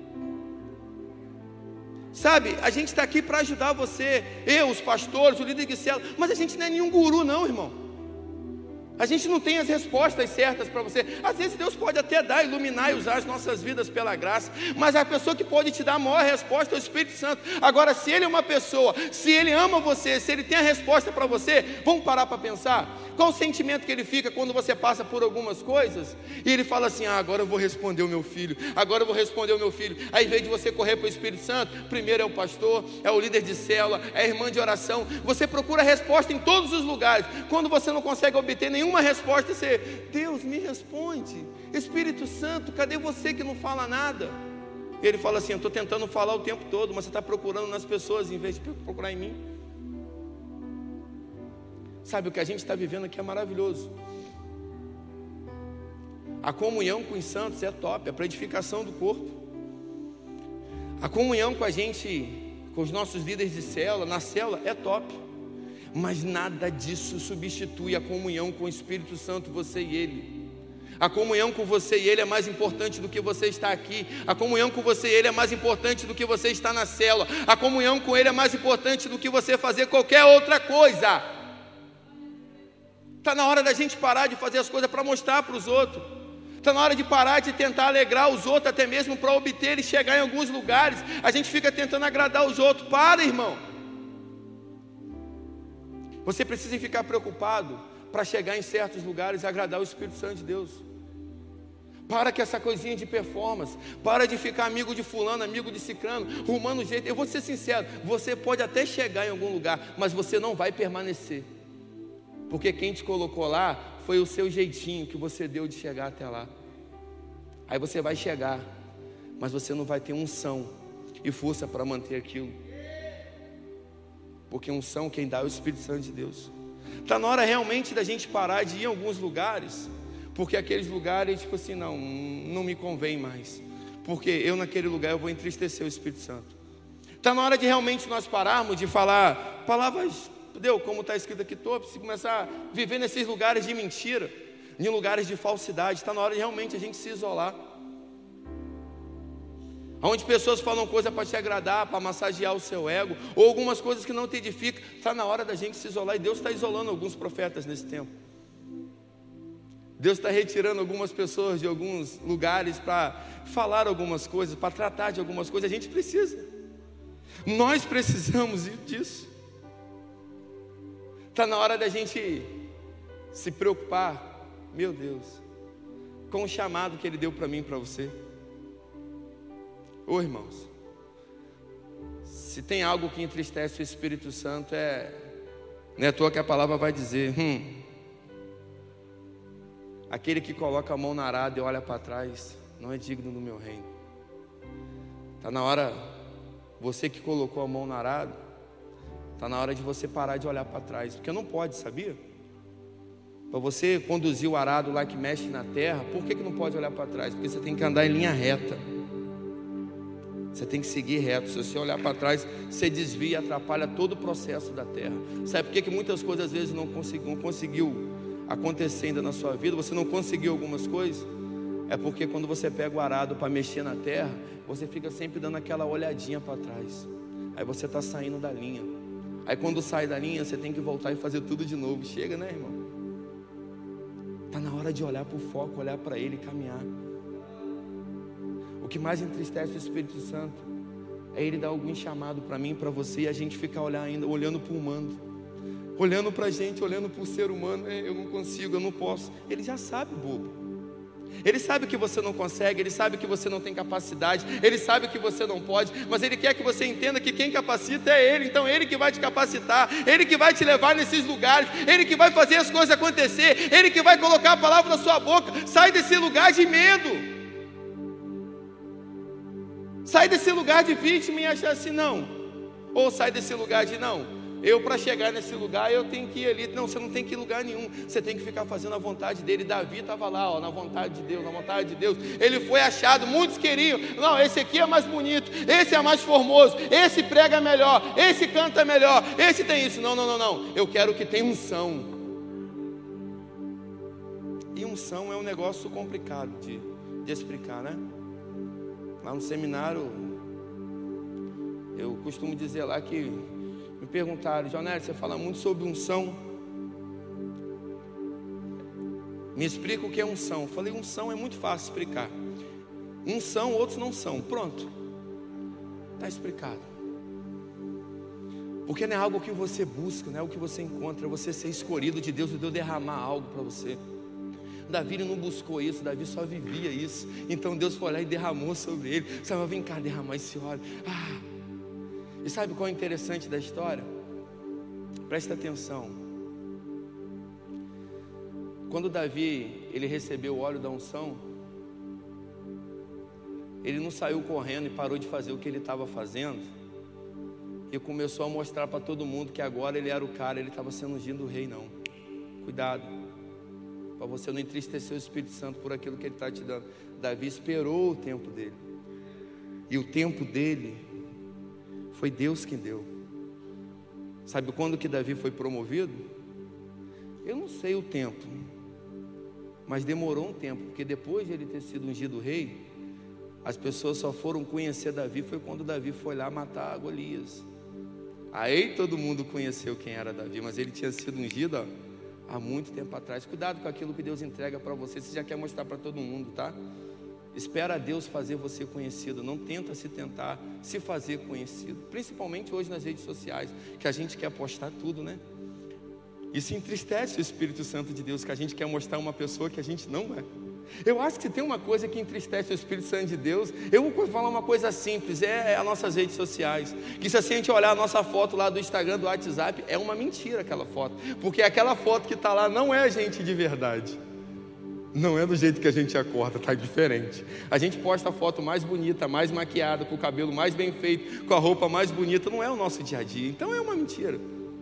Sabe, a gente está aqui para ajudar você, eu, os pastores, o líder de célula, mas a gente não é nenhum guru não, irmão. A gente não tem as respostas certas para você. Às vezes Deus pode até dar, iluminar e usar as nossas vidas pela graça, mas a pessoa que pode te dar a maior resposta é o Espírito Santo. Agora, se Ele é uma pessoa, se Ele ama você, se Ele tem a resposta para você, vamos parar para pensar. Qual o sentimento que Ele fica quando você passa por algumas coisas e Ele fala assim: ah, agora eu vou responder o meu filho, agora eu vou responder o meu filho. Aí, em vez de você correr para o Espírito Santo, primeiro é o pastor, é o líder de célula, é a irmã de oração. Você procura a resposta em todos os lugares. Quando você não consegue obter nenhuma uma resposta, você, Deus me responde, Espírito Santo, cadê você que não fala nada? E Ele fala assim: eu estou tentando falar o tempo todo, mas você está procurando nas pessoas em vez de procurar em mim. Sabe, o que a gente está vivendo aqui é maravilhoso. A comunhão com os santos é top, é para edificação do corpo. A comunhão com a gente, com os nossos líderes de célula, na célula, é top. Mas nada disso substitui a comunhão com o Espírito Santo, você e Ele. A comunhão com você e Ele é mais importante do que você estar aqui. A comunhão com você e Ele é mais importante do que você estar na célula. A comunhão com Ele é mais importante do que você fazer qualquer outra coisa. Está na hora da gente parar de fazer as coisas para mostrar para os outros. Está na hora de parar de tentar alegrar os outros, até mesmo para obter e chegar em alguns lugares. A gente fica tentando agradar os outros. Para, irmão. Você precisa ficar preocupado para chegar em certos lugares e agradar o Espírito Santo de Deus. Para com essa coisinha de performance. Para de ficar amigo de fulano, amigo de ciclano, rumando jeito. Eu vou ser sincero, você pode até chegar em algum lugar, mas você não vai permanecer. Porque quem te colocou lá foi o seu jeitinho que você deu de chegar até lá. Aí você vai chegar, mas você não vai ter unção e força para manter aquilo. Porque unção quem dá é o Espírito Santo de Deus. Está na hora realmente da gente parar de ir em alguns lugares, porque aqueles lugares, tipo assim, não, não me convém mais, porque eu naquele lugar eu vou entristecer o Espírito Santo. Está na hora de realmente nós pararmos de falar palavras, entendeu? Como está escrito aqui, topo, se começar a viver nesses lugares de mentira, em lugares de falsidade. Está na hora de realmente a gente se isolar. Onde pessoas falam coisa para te agradar, para massagear o seu ego, ou algumas coisas que não te edificam. Está na hora da gente se isolar, e Deus está isolando alguns profetas nesse tempo. Deus está retirando algumas pessoas de alguns lugares para falar algumas coisas, para tratar de algumas coisas. A gente precisa, nós precisamos disso. Está na hora da gente se preocupar, meu Deus, com o chamado que Ele deu para mim e para você. Ô irmãos, se tem algo que entristece o Espírito Santo, é, não é à toa que a palavra vai dizer, hum, aquele que coloca a mão na arada e olha para trás, não é digno do meu reino. Está na hora, você que colocou a mão na arada, está na hora de você parar de olhar para trás, porque não pode, sabia? Para você conduzir o arado lá que mexe na terra, por que, que não pode olhar para trás? Porque você tem que andar em linha reta. Você tem que seguir reto. Se você olhar para trás, você desvia e atrapalha todo o processo da terra. Sabe por que, que muitas coisas às vezes não conseguiu, não conseguiu acontecer ainda na sua vida? Você não conseguiu algumas coisas? É porque quando você pega o arado para mexer na terra, você fica sempre dando aquela olhadinha para trás. Aí você está saindo da linha. Aí quando sai da linha, você tem que voltar e fazer tudo de novo. Chega, né, irmão? Está na hora de olhar para o foco, olhar para Ele e caminhar. O que mais entristece o Espírito Santo é Ele dar algum chamado para mim, para você, e a gente ficar olhar ainda, olhando para o humano, olhando para a gente, olhando para o ser humano. É, eu não consigo, eu não posso. Ele já sabe, bobo. Ele sabe que você não consegue, Ele sabe que você não tem capacidade, Ele sabe que você não pode, mas Ele quer que você entenda que quem capacita é Ele. Então Ele que vai te capacitar, Ele que vai te levar nesses lugares, Ele que vai fazer as coisas acontecer, Ele que vai colocar a palavra na sua boca. Sai desse lugar de medo, sai desse lugar de vítima e achar assim, não. Ou sai desse lugar de não, eu para chegar nesse lugar eu tenho que ir ali. Não, você não tem que ir em lugar nenhum, você tem que ficar fazendo a vontade dele. Davi estava lá, ó, na vontade de Deus, na vontade de Deus. Ele foi achado, muitos queriam, não, esse aqui é mais bonito, esse é mais formoso, esse prega melhor, esse canta melhor, esse tem isso. Não, não, não, não, eu quero que tenha unção. E unção é um negócio complicado de, de explicar, né? Lá no seminário, eu costumo dizer lá que me perguntaram, Jonel, você fala muito sobre unção, me explica o que é unção. Eu falei, unção é muito fácil explicar. Uns são, outros não são. Pronto, está explicado. Porque não é algo que você busca, não é o que você encontra, é você ser escolhido de Deus e Deus derramar algo para você. Davi não buscou isso, Davi só vivia isso. Então Deus foi lá e derramou sobre ele. Você vai, vem cá derramar esse óleo. Ah. E sabe qual é o interessante da história? Presta atenção. Quando Davi, ele recebeu o óleo da unção, ele não saiu correndo e parou de fazer o que ele estava fazendo e começou a mostrar para todo mundo que agora ele era o cara, ele estava sendo ungido do rei. Não, cuidado, para você não entristecer o Espírito Santo por aquilo que ele está te dando. Davi esperou o tempo dele, e o tempo dele foi Deus quem deu. Sabe quando que Davi foi promovido? Eu não sei o tempo, mas demorou um tempo, porque depois de ele ter sido ungido rei, as pessoas só foram conhecer Davi foi quando Davi foi lá matar Golias. Aí todo mundo conheceu quem era Davi, mas ele tinha sido ungido, ó, há muito tempo atrás. Cuidado com aquilo que Deus entrega para você, você já quer mostrar para todo mundo, tá? Espera a Deus fazer você conhecido, não tenta se tentar se fazer conhecido, principalmente hoje nas redes sociais, que a gente quer postar tudo, né? Isso entristece o Espírito Santo de Deus, que a gente quer mostrar uma pessoa que a gente não é. Eu acho que se tem uma coisa que entristece o Espírito Santo de Deus, eu vou falar uma coisa simples, é, é as nossas redes sociais. Que se a gente olhar a nossa foto lá do Instagram, do WhatsApp, é uma mentira aquela foto, porque aquela foto que está lá não é a gente de verdade. Não é do jeito que a gente acorda, está diferente. A gente posta a foto mais bonita, mais maquiada, com o cabelo mais bem feito, com a roupa mais bonita. Não é o nosso dia a dia, então é uma mentira.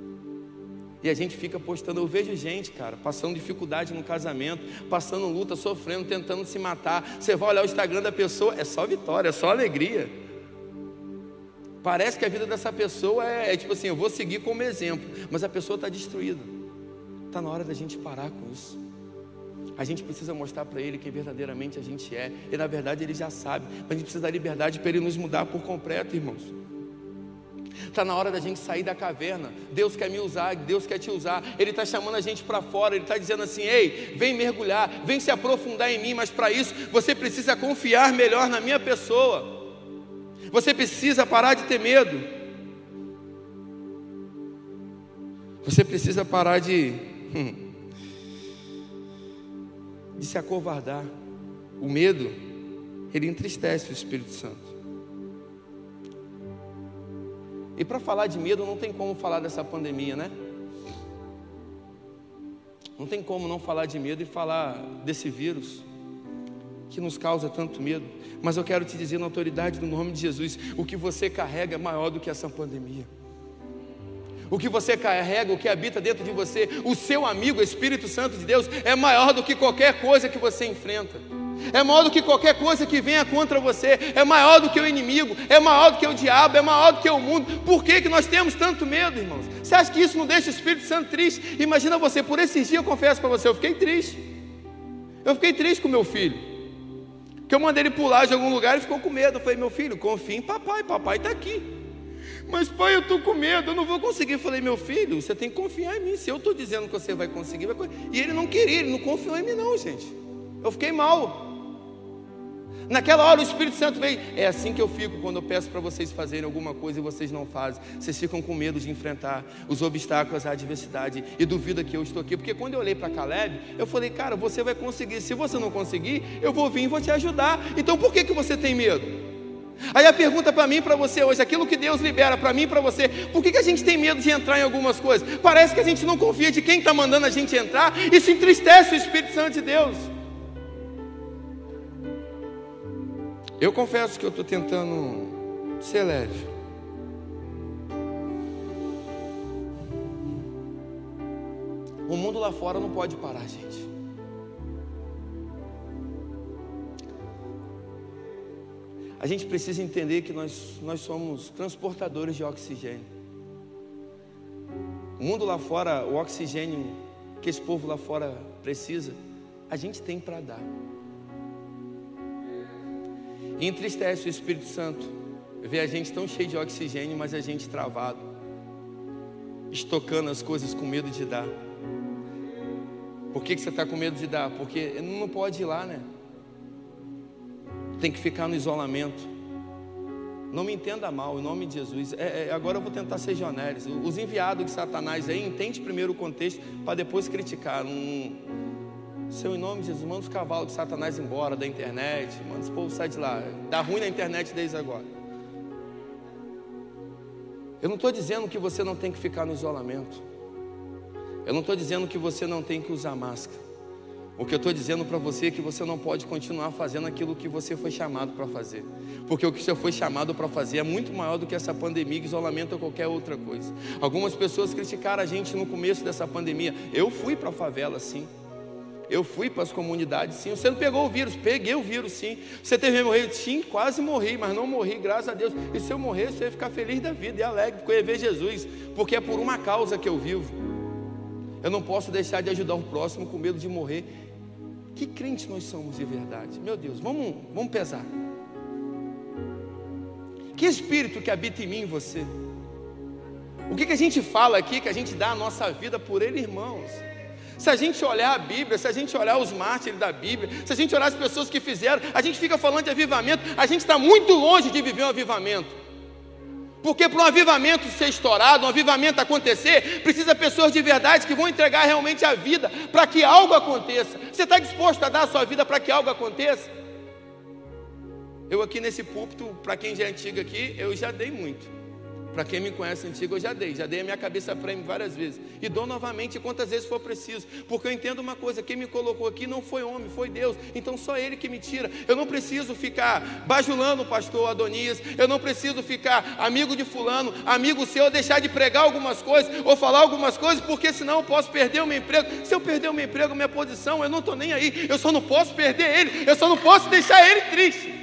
E a gente fica postando. Eu vejo gente, cara, passando dificuldade no casamento, passando luta, sofrendo, tentando se matar. Você vai olhar o Instagram da pessoa, é só vitória, é só alegria. Parece que a vida dessa pessoa é, é tipo assim, eu vou seguir como exemplo, mas a pessoa está destruída. Está na hora da gente parar com isso. A gente precisa mostrar para Ele quem verdadeiramente a gente é. E na verdade Ele já sabe, mas a gente precisa dar liberdade para Ele nos mudar por completo, irmãos. Está na hora da gente sair da caverna. Deus quer me usar, Deus quer te usar. Ele está chamando a gente para fora. Ele está dizendo assim, ei, vem mergulhar, vem se aprofundar em mim. Mas para isso você precisa confiar melhor na minha pessoa. Você precisa parar de ter medo. Você precisa parar de hum, de se acovardar. O medo, ele entristece o Espírito Santo. E para falar de medo, não tem como falar dessa pandemia, né? Não tem como não falar de medo e falar desse vírus que nos causa tanto medo. Mas eu quero te dizer na autoridade do nome de Jesus, o que você carrega é maior do que essa pandemia. O que você carrega, o que habita dentro de você, o seu amigo, o Espírito Santo de Deus, é maior do que qualquer coisa que você enfrenta. É maior do que qualquer coisa que venha contra você. É maior do que o inimigo. É maior do que o diabo. É maior do que o mundo. Por que que nós temos tanto medo, irmãos? Você acha que isso não deixa o Espírito Santo triste? Imagina você, por esses dias eu confesso para você, eu fiquei triste. Eu fiquei triste com meu filho. que eu mandei ele pular de algum lugar e ficou com medo. Eu falei, meu filho, confia em papai, papai está aqui. Mas pai, eu estou com medo, eu não vou conseguir. Eu falei, meu filho, você tem que confiar em mim. Se eu estou dizendo que você vai conseguir, vai conseguir. E ele não queria, ele não confiou em mim não, gente. Eu fiquei mal. Naquela hora o Espírito Santo veio. É assim que eu fico quando eu peço para vocês fazerem alguma coisa e vocês não fazem. Vocês ficam com medo de enfrentar os obstáculos, a adversidade, e duvida que eu estou aqui. Porque quando eu olhei para Caleb, eu falei, cara, você vai conseguir. Se você não conseguir, eu vou vir e vou te ajudar. Então por que, que você tem medo? Aí a pergunta para mim e para você hoje, aquilo que Deus libera para mim e para você, por que, que a gente tem medo de entrar em algumas coisas? Parece que a gente não confia de quem está mandando a gente entrar. Isso entristece o Espírito Santo de Deus. Eu confesso que eu estou tentando ser leve. O mundo lá fora não pode parar, gente. A gente precisa entender que nós, nós somos transportadores de oxigênio. O mundo lá fora, o oxigênio que esse povo lá fora precisa, a gente tem para dar. E entristece o Espírito Santo ver a gente tão cheio de oxigênio, mas a gente travado, estocando as coisas com medo de dar. Por que, que você está com medo de dar? Porque não pode ir lá, né? Tem que ficar no isolamento. Não me entenda mal, em nome de Jesus. É, é, agora eu vou tentar ser honesto. Os enviados de Satanás aí, entende primeiro o contexto para depois criticar. Não... Seu, em nome de Jesus, manda os cavalos de Satanás embora da internet, manda os povos sair de lá. Dá ruim na internet desde agora. Eu não estou dizendo que você não tem que ficar no isolamento. Eu não estou dizendo que você não tem que usar máscara. O que eu estou dizendo para você é que você não pode continuar fazendo aquilo que você foi chamado para fazer. Porque o que você foi chamado para fazer é muito maior do que essa pandemia, isolamento ou qualquer outra coisa. Algumas pessoas criticaram a gente no começo dessa pandemia. Eu fui para a favela, sim. Eu fui para as comunidades, sim. Você não pegou o vírus? Peguei o vírus, sim. Você teve que morrer? Sim, quase morri, mas não morri, graças a Deus. E se eu morrer, você ia ficar feliz da vida e alegre, porque eu ia ver Jesus. Porque é por uma causa que eu vivo. Eu não posso deixar de ajudar o próximo com medo de morrer. Que crente nós somos de verdade? Meu Deus, vamos, vamos pesar. Que espírito que habita em mim e em você? O que, que a gente fala aqui, que a gente dá a nossa vida por ele, irmãos? Se a gente olhar a Bíblia, se a gente olhar os mártires da Bíblia, se a gente olhar as pessoas que fizeram, a gente fica falando de avivamento, a gente está muito longe de viver um avivamento. Porque para um avivamento ser estourado, um avivamento acontecer, precisa pessoas de verdade que vão entregar realmente a vida para que algo aconteça. Você está disposto a dar a sua vida para que algo aconteça? Eu aqui nesse púlpito, para quem já é antigo aqui, eu já dei muito. Para quem me conhece antigo, eu já dei, já dei a minha cabeça para ele várias vezes. E dou novamente quantas vezes for preciso. Porque eu entendo uma coisa, quem me colocou aqui não foi homem, foi Deus. Então só Ele que me tira. Eu não preciso ficar bajulando o pastor Adonias. Eu não preciso ficar amigo de fulano, amigo seu, deixar de pregar algumas coisas, ou falar algumas coisas, porque senão eu posso perder o meu emprego. Se eu perder o meu emprego, a minha posição, eu não estou nem aí. Eu só não posso perder ele, eu só não posso deixar ele triste.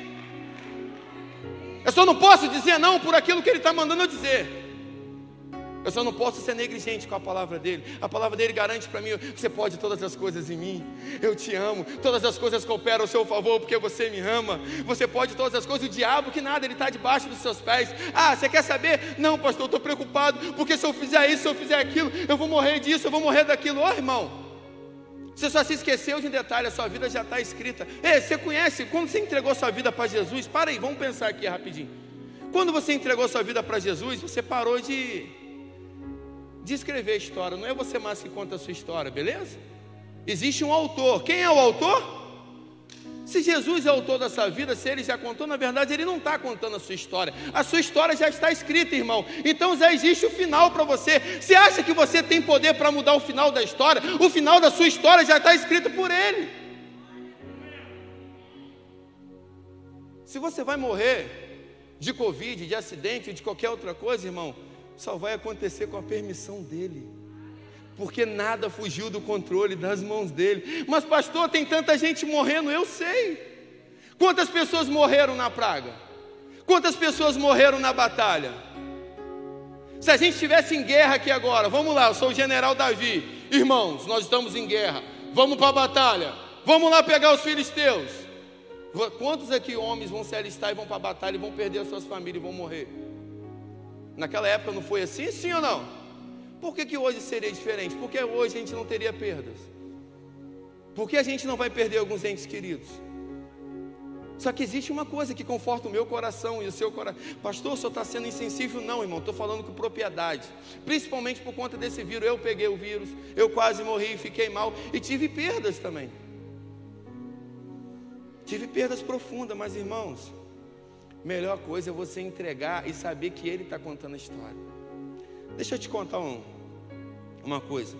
Eu só não posso dizer não por aquilo que Ele está mandando eu dizer. Eu só não posso ser negligente com a palavra dEle. A palavra dEle garante para mim, você pode todas as coisas em mim. Eu te amo, todas as coisas cooperam ao seu favor porque você me ama. Você pode todas as coisas, o diabo que nada, ele está debaixo dos seus pés. Ah, você quer saber? Não, pastor, eu estou preocupado, porque se eu fizer isso, se eu fizer aquilo, eu vou morrer disso, eu vou morrer daquilo. Ó, oh, irmão, você só se esqueceu de um detalhe, a sua vida já está escrita. Ei, você conhece, quando você entregou sua vida para Jesus, para aí, vamos pensar aqui rapidinho. Quando você entregou sua vida para Jesus, você parou de, de escrever a história. Não é você mais que conta a sua história, beleza? Existe um autor. Quem é o autor? Se Jesus é o autor da sua vida, se Ele já contou, na verdade Ele não está contando a sua história. A sua história já está escrita, irmão. Então já existe o final para você. Você acha que você tem poder para mudar o final da história? O final da sua história já está escrito por Ele. Se você vai morrer de Covid, de acidente, de qualquer outra coisa, irmão, só vai acontecer com a permissão dEle. Porque nada fugiu do controle das mãos dEle. Mas pastor, tem tanta gente morrendo, eu sei. Quantas pessoas morreram na praga? Quantas pessoas morreram na batalha? Se a gente estivesse em guerra aqui agora, vamos lá, eu sou o general Davi. Irmãos, nós estamos em guerra, vamos para a batalha. Vamos lá pegar os filisteus. Quantos aqui homens vão se alistar e vão para a batalha e vão perder as suas famílias e vão morrer? Naquela época não foi assim, sim ou não? Por que que hoje seria diferente? Porque hoje a gente não teria perdas. Por que a gente não vai perder alguns entes queridos? Só que existe uma coisa que conforta o meu coração e o seu coração. Pastor, o senhor está sendo insensível? Não, irmão, estou falando com propriedade. Principalmente por conta desse vírus. Eu peguei o vírus, eu quase morri, fiquei mal e tive perdas também. Tive perdas profundas, mas irmãos, melhor coisa é você entregar e saber que Ele está contando a história. Deixa eu te contar um, uma coisa.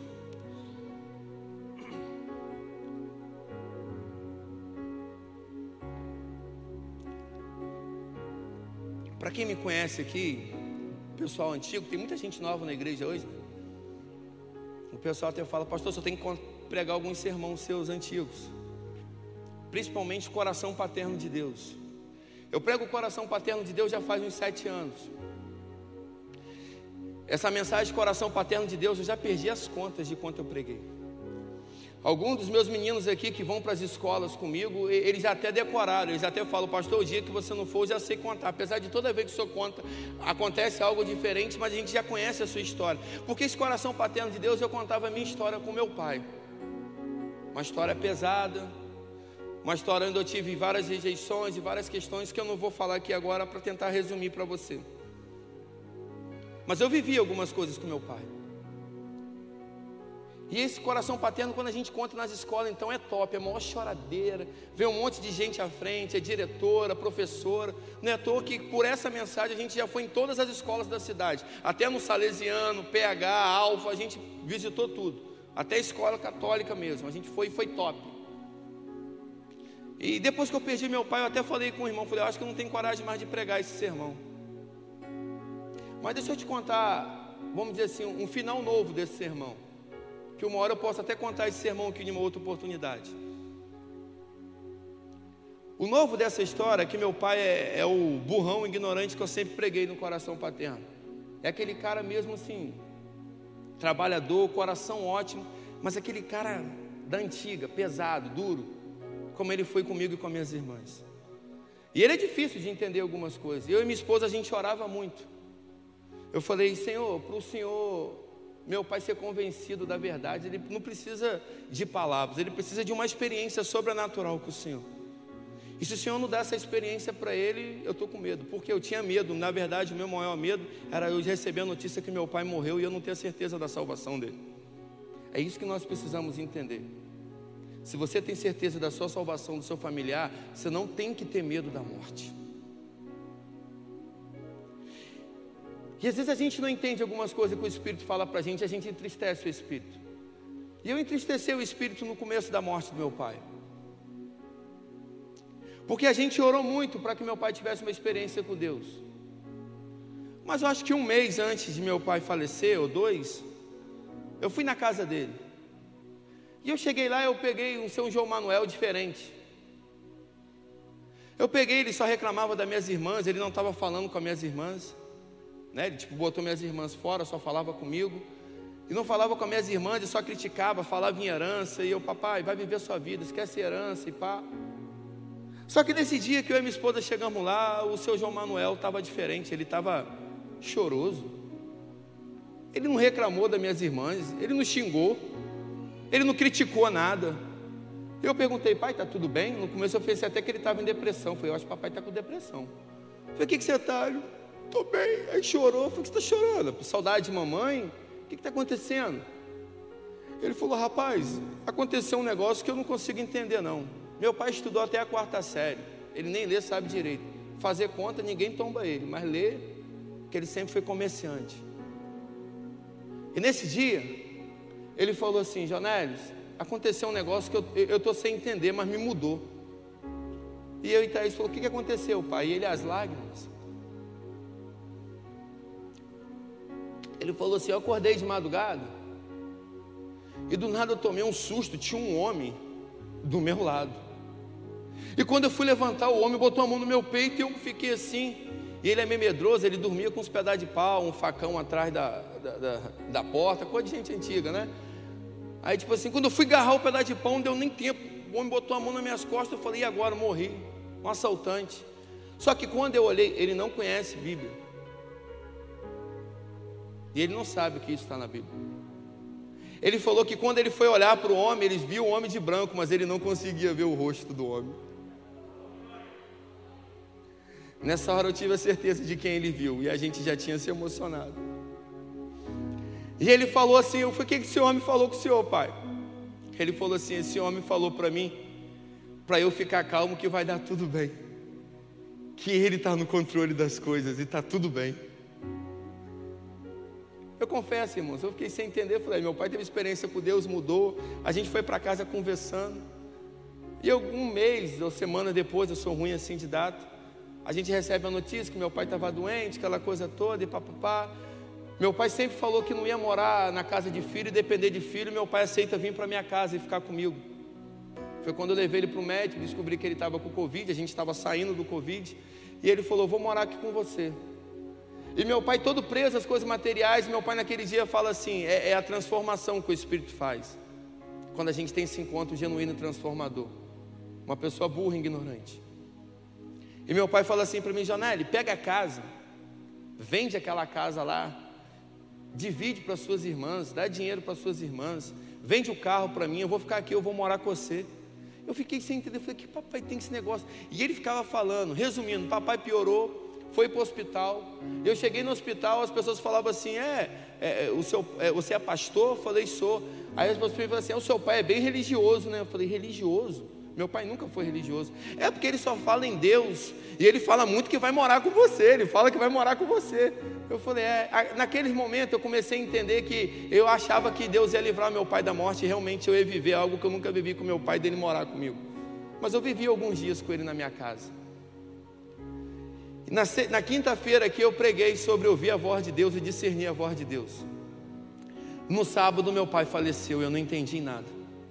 Para quem me conhece aqui, pessoal antigo, tem muita gente nova na igreja hoje. O pessoal até fala, pastor, só tem que pregar alguns sermões seus antigos. Principalmente o coração paterno de Deus. Eu prego o coração paterno de Deus já faz uns sete anos. Essa mensagem de coração paterno de Deus, eu já perdi as contas de quanto eu preguei. Alguns dos meus meninos aqui que vão para as escolas comigo, eles já até decoraram, eles até falam, pastor, o dia que você não for, eu já sei contar. Apesar de toda vez que o senhor conta, acontece algo diferente, mas a gente já conhece a sua história. Porque esse coração paterno de Deus, eu contava a minha história com meu pai. Uma história pesada, uma história onde eu tive várias rejeições e várias questões que eu não vou falar aqui agora para tentar resumir para você. Mas eu vivi algumas coisas com meu pai. E esse coração paterno, quando a gente conta nas escolas, então é top, é a maior choradeira, vê um monte de gente à frente, é diretora, professora. Não é à toa que por essa mensagem a gente já foi em todas as escolas da cidade, até no Salesiano, P H, Alfa, a gente visitou tudo, até a escola católica mesmo, a gente foi e foi top. E depois que eu perdi meu pai, eu até falei com o irmão, falei, eu acho que eu não tenho coragem mais de pregar esse sermão. Mas deixa eu te contar, vamos dizer assim, um final novo desse sermão. Que uma hora eu posso até contar esse sermão aqui em uma outra oportunidade. O novo dessa história é que meu pai é, é o burrão ignorante que eu sempre preguei no coração paterno. É aquele cara mesmo assim, trabalhador, coração ótimo, mas aquele cara da antiga, pesado, duro, como ele foi comigo e com minhas irmãs. E ele é difícil de entender algumas coisas. Eu e minha esposa, a gente orava muito. Eu falei, Senhor, para o Senhor... meu pai ser convencido da verdade, ele não precisa de palavras, ele precisa de uma experiência sobrenatural com o Senhor. E se o Senhor não dá essa experiência para ele, eu estou com medo, porque eu tinha medo. Na verdade, o meu maior medo era eu receber a notícia que meu pai morreu e eu não ter a certeza da salvação dele. É isso que nós precisamos entender. Se você tem certeza da sua salvação, do seu familiar, você não tem que ter medo da morte. E às vezes a gente não entende algumas coisas que o Espírito fala para a gente, a gente entristece o Espírito. E eu entristeci o Espírito no começo da morte do meu pai. Porque a gente orou muito para que meu pai tivesse uma experiência com Deus. Mas eu acho que um mês antes de meu pai falecer, ou dois, eu fui na casa dele. E eu cheguei lá, eu peguei um São João Manuel diferente. Eu peguei, ele só reclamava das minhas irmãs, ele não estava falando com as minhas irmãs. Né? Ele tipo, botou minhas irmãs fora, só falava comigo. E não falava com as minhas irmãs, e só criticava, falava em herança. E eu, papai, vai viver a sua vida, esquece herança e pá. Só que nesse dia que eu e minha esposa chegamos lá, o seu João Manuel estava diferente, ele estava choroso. Ele não reclamou das minhas irmãs, ele não xingou, ele não criticou nada. Eu perguntei, pai, está tudo bem? No começo eu pensei até que ele estava em depressão. Eu falei, eu acho que o papai está com depressão. Eu falei, o que, que você está? Ele, estou bem. Aí chorou. Eu falei, o que você está chorando? Saudade de mamãe? O que está acontecendo? Ele falou, rapaz, aconteceu um negócio que eu não consigo entender não. Meu pai estudou até a quarta série, ele nem lê, sabe direito. Fazer conta, ninguém tomba ele, mas lê, que ele sempre foi comerciante. E nesse dia, ele falou assim, Jonélis, aconteceu um negócio que eu estou sem entender, mas me mudou. E eu e Thaís falou, o que, que aconteceu, pai? E ele, as lágrimas. Ele falou assim, eu acordei de madrugada, e do nada eu tomei um susto, tinha um homem do meu lado. E quando eu fui levantar, o homem botou a mão no meu peito e eu fiquei assim. E ele é meio medroso, ele dormia com uns pedaços de pau, um facão atrás da, da, da, da porta, coisa de gente antiga, né? Aí tipo assim, quando eu fui agarrar o pedaço de pau, não deu nem tempo. O homem botou a mão nas minhas costas, eu falei, e agora? Eu morri. um assaltante. Só que quando eu olhei, ele não conhece Bíblia. E ele não sabe o que isso está na Bíblia. Ele falou que quando ele foi olhar para o homem, ele viu o homem de branco, mas ele não conseguia ver o rosto do homem. Nessa hora eu tive a certeza de quem ele viu, e a gente já tinha se emocionado. E ele falou assim, eu falei, o que esse homem falou com o senhor, pai? Ele falou assim, esse homem falou para mim, para eu ficar calmo que vai dar tudo bem. Que ele está no controle das coisas e está tudo bem. Eu confesso, irmãos, eu fiquei sem entender, falei, meu pai teve experiência com Deus, mudou, a gente foi para casa conversando, e algum mês ou semana depois, eu sou ruim assim de data, a gente recebe a notícia que meu pai estava doente, aquela coisa toda, e papapá. Meu pai sempre falou que não ia morar na casa de filho e depender de filho, meu pai aceita vir para minha casa e ficar comigo. Foi quando eu levei ele para o médico, descobri que ele estava com Covid, a gente estava saindo do Covid, e ele falou, vou morar aqui com você. E meu pai todo preso às coisas materiais, meu pai naquele dia fala assim, é, é a transformação que o Espírito faz, quando a gente tem esse encontro genuíno e transformador. Uma pessoa burra e ignorante. E meu pai fala assim para mim, Jonelli, pega a casa, vende aquela casa lá, divide para suas irmãs, dá dinheiro para suas irmãs, vende o carro para mim, eu vou ficar aqui, eu vou morar com você. Eu fiquei sem entender, falei, que papai tem esse negócio? E ele ficava falando, resumindo, papai piorou, foi para o hospital. Eu cheguei no hospital, as pessoas falavam assim, é, é, o seu, é você é pastor? Eu falei, sou. Aí as pessoas falavam assim, é, o seu pai é bem religioso, né? Eu falei, religioso? Meu pai nunca foi religioso. É porque ele só fala em Deus, e ele fala muito que vai morar com você, ele fala que vai morar com você. Eu falei, é, naqueles momentos eu comecei a entender que eu achava que Deus ia livrar meu pai da morte, e realmente eu ia viver algo que eu nunca vivi com meu pai, dele morar comigo. Mas eu vivi alguns dias com ele na minha casa. Na, na quinta-feira aqui eu preguei sobre ouvir a voz de Deus e discernir a voz de Deus. No sábado meu pai faleceu, eu não entendi nada.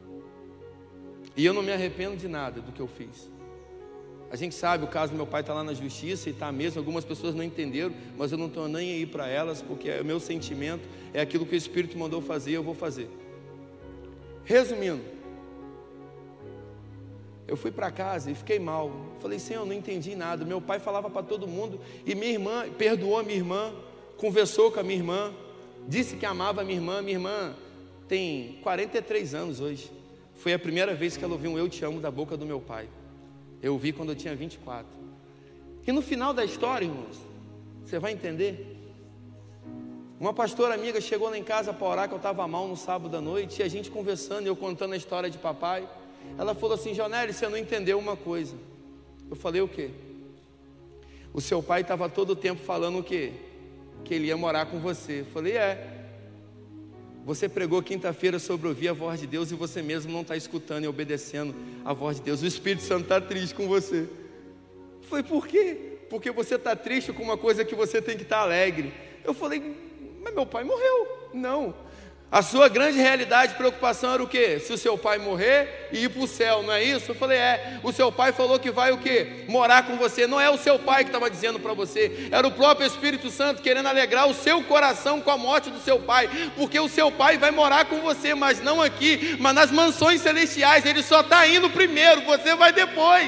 E eu não me arrependo de nada do que eu fiz. A gente sabe, o caso do meu pai está lá na justiça e está mesmo, algumas pessoas não entenderam, mas eu não estou nem aí para elas, porque o meu sentimento é aquilo que o Espírito mandou fazer, eu vou fazer. Resumindo, eu fui para casa e fiquei mal. Falei, Senhor, eu não entendi nada. Meu pai falava para todo mundo, e minha irmã perdoou a minha irmã, conversou com a minha irmã, disse que amava a minha irmã. Minha irmã tem quarenta e três anos hoje. Foi a primeira vez que ela ouviu um eu te amo da boca do meu pai. Eu ouvi quando eu tinha vinte e quatro. E no final da história, irmãos, você vai entender. Uma pastora amiga chegou lá em casa para orar, que eu estava mal no sábado à noite, e a gente conversando, eu contando a história de papai. Ela falou assim, Jonelli, você não entendeu uma coisa. Eu falei, o quê? O seu pai estava todo o tempo falando o quê? Que ele ia morar com você. Eu falei, é. Você pregou quinta-feira sobre ouvir a voz de Deus, e você mesmo não está escutando e obedecendo a voz de Deus. O Espírito Santo está triste com você. Eu falei, por quê? Porque você está triste com uma coisa que você tem que estar alegre. Eu falei, mas meu pai morreu. Não. A sua grande realidade, preocupação era o quê? Se o seu pai morrer e ir para o céu, não é isso? Eu falei, é, o seu pai falou que vai o quê? Morar com você. Não é o seu pai que estava dizendo para você, era o próprio Espírito Santo querendo alegrar o seu coração com a morte do seu pai, porque o seu pai vai morar com você, mas não aqui, mas nas mansões celestiais. Ele só está indo primeiro, você vai depois.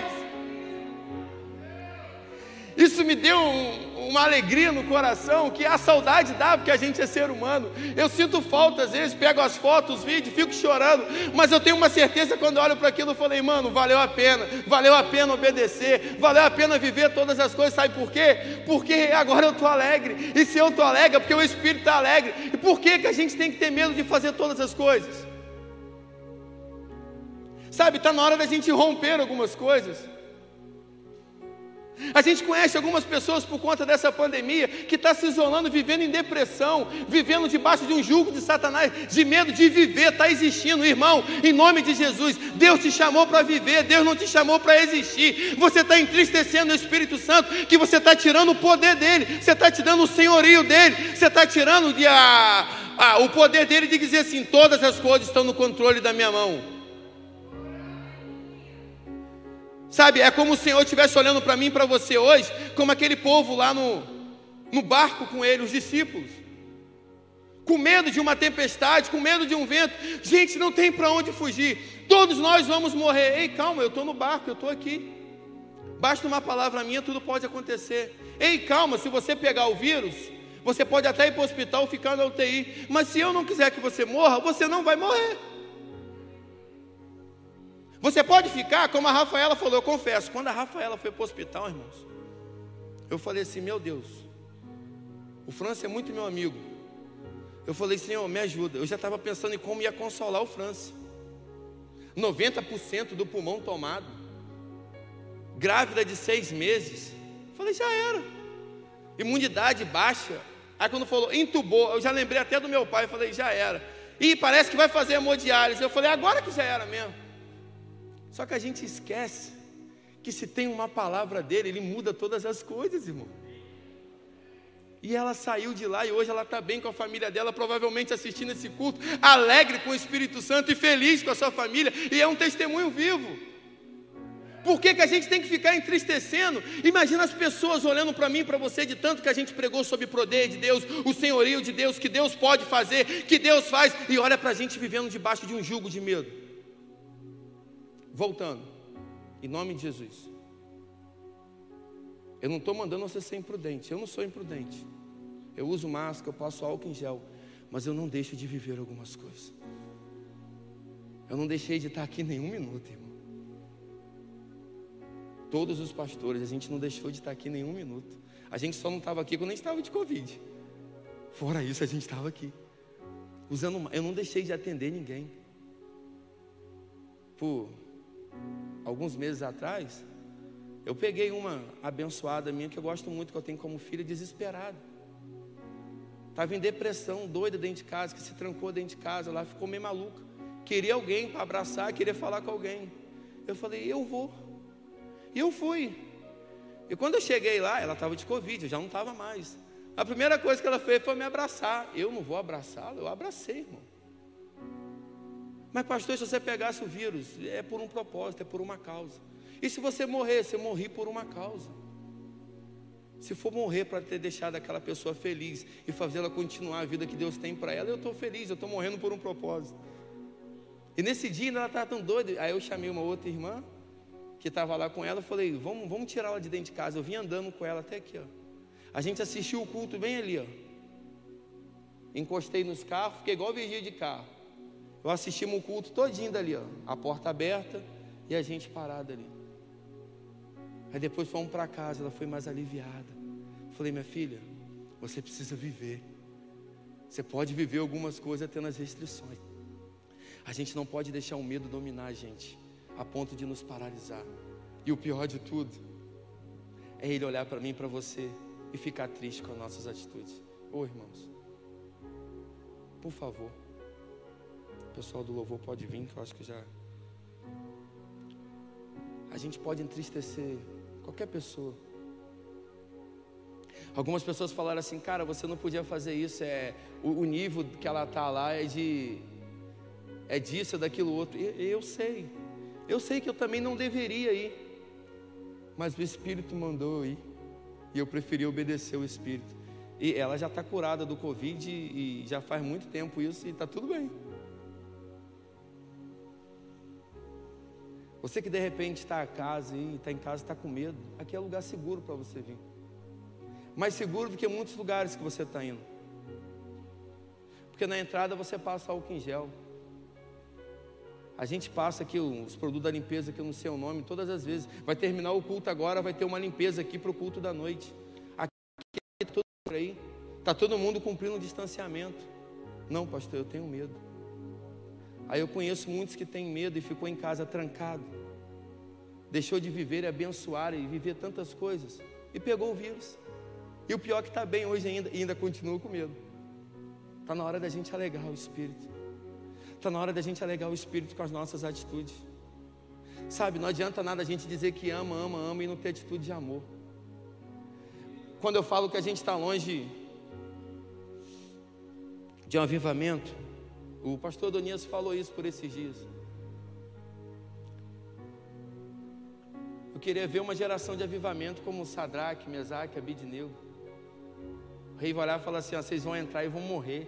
Isso me deu um, uma alegria no coração, que a saudade dá, porque a gente é ser humano. Eu sinto falta, às vezes, pego as fotos, os vídeos, fico chorando, mas eu tenho uma certeza, quando eu olho para aquilo, eu falei, mano, valeu a pena, valeu a pena obedecer, valeu a pena viver todas as coisas. Sabe por quê? Porque agora eu estou alegre, e se eu estou alegre, é porque o Espírito está alegre. E por que que a gente tem que ter medo de fazer todas as coisas? Sabe, está na hora da gente romper algumas coisas. A gente conhece algumas pessoas por conta dessa pandemia que está se isolando, vivendo em depressão, vivendo debaixo de um jugo de Satanás, de medo de viver, está existindo. Irmão, em nome de Jesus, Deus te chamou para viver, Deus não te chamou para existir. Você está entristecendo o Espírito Santo, que você está tirando o poder dele, você está tirando o senhorio dele, você está tirando de, a, a, o poder dele de dizer assim, todas as coisas estão no controle da minha mão. Sabe, é como o Senhor estivesse olhando para mim e para você hoje, como aquele povo lá no, no barco com ele, os discípulos, com medo de uma tempestade, com medo de um vento. Gente, não tem para onde fugir, todos nós vamos morrer. Ei, calma, eu estou no barco, eu estou aqui. Basta uma palavra minha, tudo pode acontecer. Ei, calma, se você pegar o vírus, você pode até ir para o hospital, ficar na U T I, mas se eu não quiser que você morra, você não vai morrer. Você pode ficar, como a Rafaela falou, eu confesso, quando a Rafaela foi para o hospital, irmãos, eu falei assim, meu Deus, o França é muito meu amigo. Eu falei, Senhor, me ajuda. Eu já estava pensando em como ia consolar o França. noventa por cento do pulmão tomado, grávida de seis meses. Eu falei, já era. Imunidade baixa. Aí quando falou, entubou, eu já lembrei até do meu pai. Eu falei, já era. E parece que vai fazer hemodiálise. Eu falei, agora que já era mesmo. Só que a gente esquece que se tem uma palavra dele, ele muda todas as coisas, irmão. E ela saiu de lá e hoje ela está bem com a família dela, provavelmente assistindo esse culto, alegre com o Espírito Santo e feliz com a sua família, e é um testemunho vivo. Por que que a gente tem que ficar entristecendo? Imagina as pessoas olhando para mim e para você, de tanto que a gente pregou sobre o poder de Deus, o senhorio de Deus, que Deus pode fazer, que Deus faz, e olha para a gente vivendo debaixo de um jugo de medo. Voltando, em nome de Jesus. Eu não estou mandando você ser imprudente, eu não sou imprudente. Eu uso máscara, eu passo álcool em gel, mas eu não deixo de viver algumas coisas. Eu não deixei de estar aqui nenhum minuto, irmão. Todos os pastores, a gente não deixou de estar aqui nenhum minuto. A gente só não estava aqui quando a gente estava de Covid. Fora isso, a gente estava aqui. Usando, eu não deixei de atender ninguém. Por alguns meses atrás, eu peguei uma abençoada minha, que eu gosto muito, que eu tenho como filha, desesperada. Estava em depressão, doida dentro de casa, que se trancou dentro de casa, lá ficou meio maluca. Queria alguém para abraçar, queria falar com alguém. Eu falei, eu vou. E eu fui. E quando eu cheguei lá, ela estava de Covid, eu já não estava mais. A primeira coisa que ela fez foi me abraçar. Eu não vou abraçá-la, eu abracei, irmão. Mas pastor, se você pegasse o vírus, é por um propósito, é por uma causa. E se você morrer, você morrer por uma causa. Se for morrer para ter deixado aquela pessoa feliz e fazer ela continuar a vida que Deus tem para ela, eu estou feliz, eu estou morrendo por um propósito. E nesse dia ela estava tão doida, aí eu chamei uma outra irmã que estava lá com ela, eu falei, vamos, vamos tirar ela de dentro de casa. Eu vim andando com ela até aqui, ó. A gente assistiu o culto bem ali, ó. Encostei nos carros, fiquei igual vigia de carro. Eu assistimos o culto todinho dali, ó, a porta aberta e a gente parada ali. Aí depois fomos para casa, ela foi mais aliviada. Falei, minha filha, você precisa viver. Você pode viver algumas coisas tendo as restrições. A gente não pode deixar o medo dominar a gente, a ponto de nos paralisar. E o pior de tudo, é ele olhar para mim e para você e ficar triste com as nossas atitudes. Ô irmãos, por favor, o pessoal do louvor pode vir, que eu acho que já... A gente pode entristecer qualquer pessoa. Algumas pessoas falaram assim, cara, você não podia fazer isso, é, o, o nível que ela está lá é de, é disso, é daquilo outro. E, eu sei, eu sei que eu também não deveria ir, mas o Espírito mandou eu ir, e eu preferi obedecer o Espírito. E ela já está curada do Covid, e, e já faz muito tempo isso, e está tudo bem. Você que de repente está em casa e está em casa, está com medo, aqui é lugar seguro para você vir. Mais seguro do que muitos lugares que você está indo. Porque na entrada você passa álcool em gel. A gente passa aqui os produtos da limpeza, que eu não sei o nome, todas as vezes. Vai terminar o culto agora, vai ter uma limpeza aqui para o culto da noite. Aqui todo mundo aí, está todo mundo cumprindo o distanciamento. Não, pastor, eu tenho medo. Aí eu conheço muitos que têm medo e ficou em casa trancado. Deixou de viver e abençoar e viver tantas coisas. E pegou o vírus. E o pior é que está bem hoje ainda, e ainda continua com medo. Está na hora da gente alegar o Espírito. Está na hora da gente alegar o Espírito com as nossas atitudes. Sabe, não adianta nada a gente dizer que ama, ama, ama e não ter atitude de amor. Quando eu falo que a gente está longe de um avivamento, o pastor Adonias falou isso por esses dias. Eu queria ver uma geração de avivamento como Sadraque, Mesaque, Abidnego. O rei vai olhar e falar assim, ó, vocês vão entrar e vão morrer.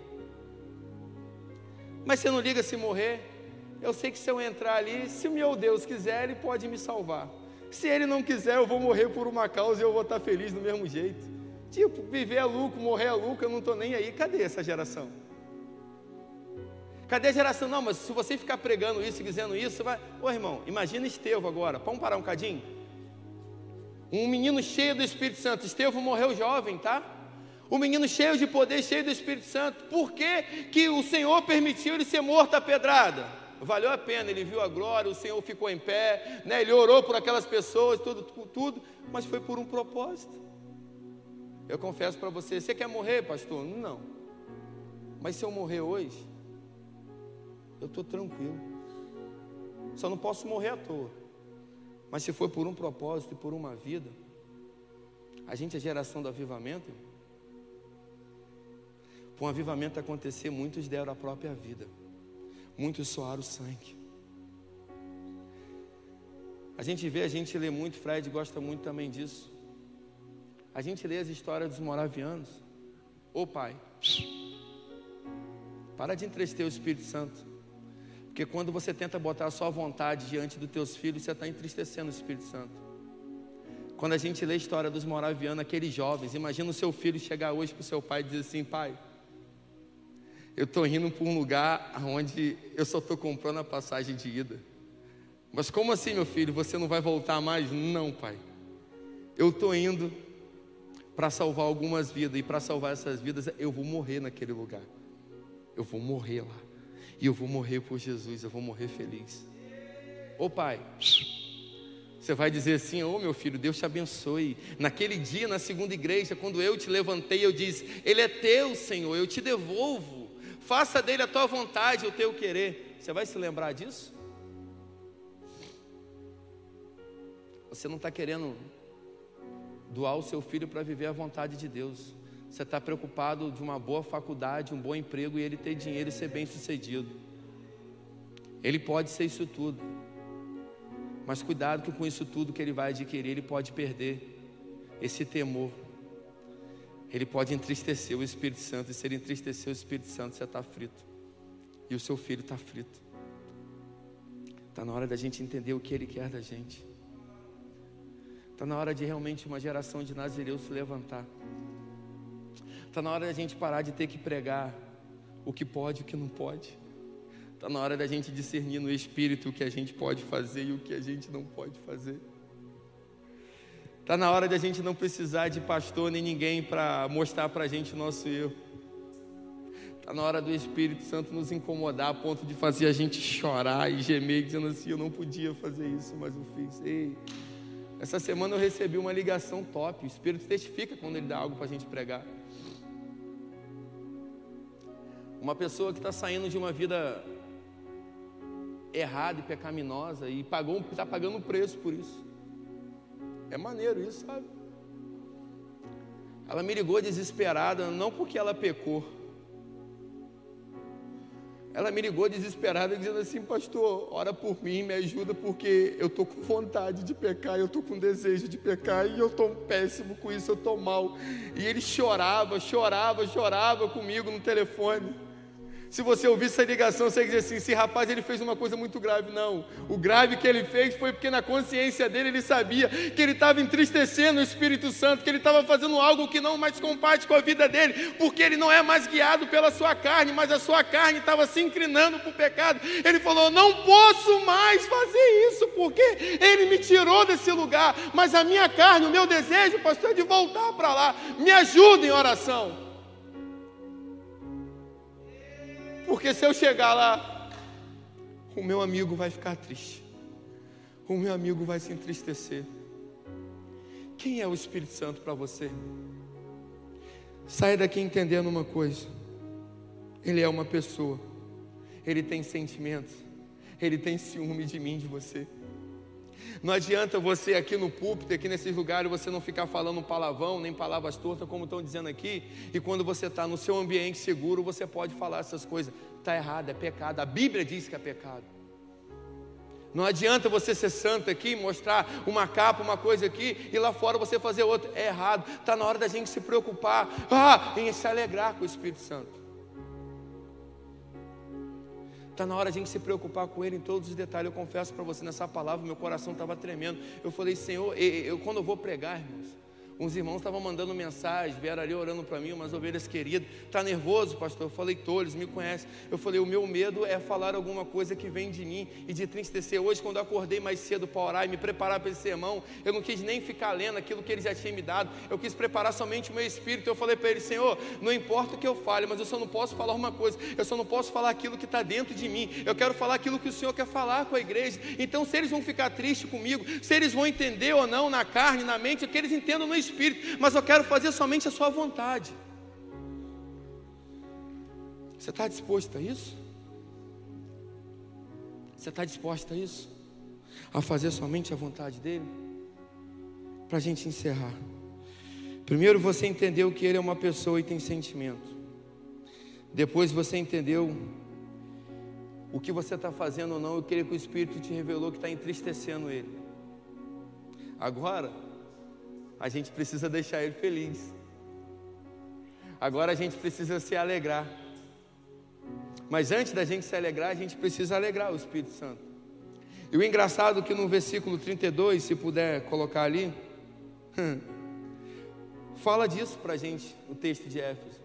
Mas você não liga se morrer? Eu sei que se eu entrar ali, se o meu Deus quiser, Ele pode me salvar. Se Ele não quiser, eu vou morrer por uma causa e eu vou estar feliz do mesmo jeito. Tipo, viver é lucro, morrer é lucro, eu não estou nem aí. Cadê essa geração? Cadê a geração? Não, mas se você ficar pregando isso e dizendo isso, você vai... Ô irmão, imagina Estevão agora, vamos parar um cadinho? Um menino cheio do Espírito Santo. Estevão morreu jovem, tá? Um menino cheio de poder, cheio do Espírito Santo. Por que que o Senhor permitiu ele ser morto à pedrada? Valeu a pena, ele viu a glória, o Senhor ficou em pé, né? Ele orou por aquelas pessoas, tudo, tudo, mas foi por um propósito. Eu confesso para você, você quer morrer, pastor? Não. Mas se eu morrer hoje, eu estou tranquilo. Só não posso morrer à toa. Mas se for por um propósito e por uma vida, a gente é geração do avivamento. Para um avivamento acontecer, muitos deram a própria vida. Muitos suaram sangue. A gente vê, a gente lê muito, Fred gosta muito também disso. A gente lê as histórias dos moravianos. Ô pai, para de entristecer o Espírito Santo. Porque quando você tenta botar a sua vontade diante dos teus filhos, você está entristecendo o Espírito Santo. Quando a gente lê a história dos moravianos, aqueles jovens, imagina o seu filho chegar hoje para o seu pai e dizer assim: pai, eu estou indo para um lugar onde eu só estou comprando a passagem de ida. Mas como assim, meu filho, você não vai voltar mais? Não, pai, eu estou indo para salvar algumas vidas, e para salvar essas vidas eu vou morrer naquele lugar. Eu vou morrer lá, e eu vou morrer por Jesus, eu vou morrer feliz. Ô pai, você vai dizer assim: ô meu filho, Deus te abençoe. Naquele dia, na segunda igreja, quando eu te levantei, eu disse: Ele é teu, Senhor, eu te devolvo. Faça dele a tua vontade, o teu querer. Você vai se lembrar disso? Você não está querendo doar o seu filho para viver a vontade de Deus. Você está preocupado de uma boa faculdade, um bom emprego e ele ter dinheiro e ser bem sucedido. Ele pode ser isso tudo, mas cuidado que com isso tudo que ele vai adquirir, ele pode perder esse temor. Ele pode entristecer o Espírito Santo, e se ele entristecer o Espírito Santo, você está frito, e o seu filho está frito. Está na hora da gente entender o que Ele quer da gente. Está na hora de realmente uma geração de nazireus se levantar. Está na hora da gente parar de ter que pregar o que pode e o que não pode. Está na hora da gente discernir no Espírito o que a gente pode fazer e o que a gente não pode fazer. Está na hora de a gente não precisar de pastor nem ninguém para mostrar para a gente o nosso erro. Está na hora do Espírito Santo nos incomodar a ponto de fazer a gente chorar e gemer, dizendo assim: eu não podia fazer isso, mas eu fiz. Ei, essa semana eu recebi uma ligação top. O Espírito testifica quando Ele dá algo para a gente pregar. Uma pessoa que está saindo de uma vida errada e pecaminosa e pagou, está pagando um preço por isso. É maneiro isso, sabe? Ela me ligou desesperada, não porque ela pecou. Ela me ligou desesperada, dizendo assim: pastor, ora por mim, me ajuda, porque eu estou com vontade de pecar, eu estou com desejo de pecar, e eu estou péssimo com isso, eu estou mal. E ele chorava, chorava, chorava comigo no telefone. Se você ouvir essa ligação, você dizer assim: esse rapaz, ele fez uma coisa muito grave. Não, o grave que ele fez foi porque na consciência dele, ele sabia que ele estava entristecendo o Espírito Santo, que ele estava fazendo algo que não mais comparte com a vida dele, porque ele não é mais guiado pela sua carne, mas a sua carne estava se inclinando para o pecado. Ele falou: não posso mais fazer isso, porque ele me tirou desse lugar, mas a minha carne, o meu desejo, pastor, é de voltar para lá. Me ajuda em oração. Porque se eu chegar lá, o meu amigo vai ficar triste, o meu amigo vai se entristecer. Quem é o Espírito Santo para você? Saia daqui entendendo uma coisa: Ele é uma pessoa, Ele tem sentimentos, Ele tem ciúme de mim, de você. Não adianta você aqui no púlpito, aqui nesses lugares, você não ficar falando palavrão, nem palavras tortas, como estão dizendo aqui. E quando você está no seu ambiente seguro, você pode falar essas coisas. Está errado, é pecado. A Bíblia diz que é pecado. Não adianta você ser santo aqui, mostrar uma capa, uma coisa aqui, e lá fora você fazer outra. É errado. Está na hora da gente se preocupar, ah, em se alegrar com o Espírito Santo. Está na hora de a gente se preocupar com Ele em todos os detalhes. Eu confesso para você, nessa palavra, meu coração estava tremendo. Eu falei, Senhor, eu, eu, quando eu vou pregar, irmãos, uns irmãos estavam mandando mensagem, vieram ali orando para mim, umas ovelhas queridas. Está nervoso, pastor? Eu falei, tô, eles me conhecem. Eu falei, o meu medo é falar alguma coisa que vem de mim e de entristecer. Hoje, quando eu acordei mais cedo para orar e me preparar para esse sermão, eu não quis nem ficar lendo aquilo que ele já tinha me dado. Eu quis preparar somente o meu espírito. Eu falei para ele, Senhor, não importa o que eu fale, mas eu só não posso falar uma coisa. Eu só não posso falar aquilo que está dentro de mim. Eu quero falar aquilo que o Senhor quer falar com a igreja. Então, se eles vão ficar tristes comigo, se eles vão entender ou não na carne, na mente, é que eles entendam no espírito. Mas eu quero fazer somente a sua vontade. Você está disposto a isso? Você está disposto a isso? A fazer somente a vontade dele? Para a gente encerrar. Primeiro você entendeu que ele é uma pessoa e tem sentimento. Depois você entendeu o que você está fazendo ou não. Eu creio que o Espírito te revelou que está entristecendo ele. Agora a gente precisa deixar ele feliz. Agora a gente precisa se alegrar. Mas antes da gente se alegrar, a gente precisa alegrar o Espírito Santo. E o engraçado é que no versículo trinta e dois, se puder colocar ali, fala disso para a gente, o texto de Éfeso.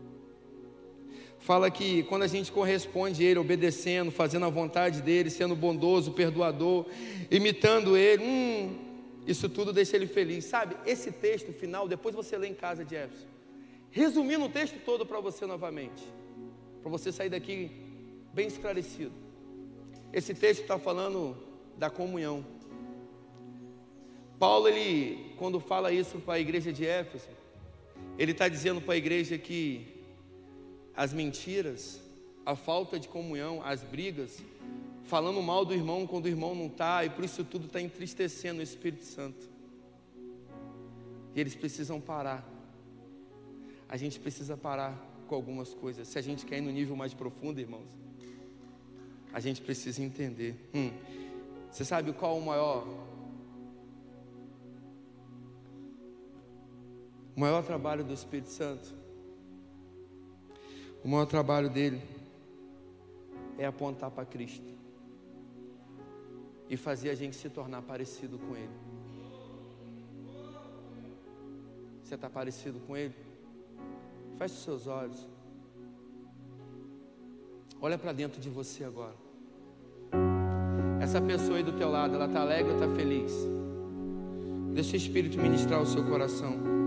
Fala que quando a gente corresponde a ele, obedecendo, fazendo a vontade dele, sendo bondoso, perdoador, imitando ele, hum, isso tudo deixa ele feliz. Sabe, esse texto final, depois você lê em casa de Éfeso. Resumindo o texto todo para você novamente, para você sair daqui bem esclarecido. Esse texto está falando da comunhão. Paulo, ele, quando fala isso para a igreja de Éfeso, ele está dizendo para a igreja que as mentiras, a falta de comunhão, as brigas, falando mal do irmão quando o irmão não está, e por isso tudo está entristecendo o Espírito Santo. E eles precisam parar. A gente precisa parar com algumas coisas. Se a gente quer ir no nível mais profundo, irmãos, a gente precisa entender. Hum, você sabe qual o maior o maior trabalho do Espírito Santo? O maior trabalho dele é apontar para Cristo e fazer a gente se tornar parecido com Ele. Você está parecido com Ele? Feche os seus olhos. Olha para dentro de você agora. Essa pessoa aí do teu lado, ela está alegre ou está feliz? Deixa o Espírito ministrar o seu coração.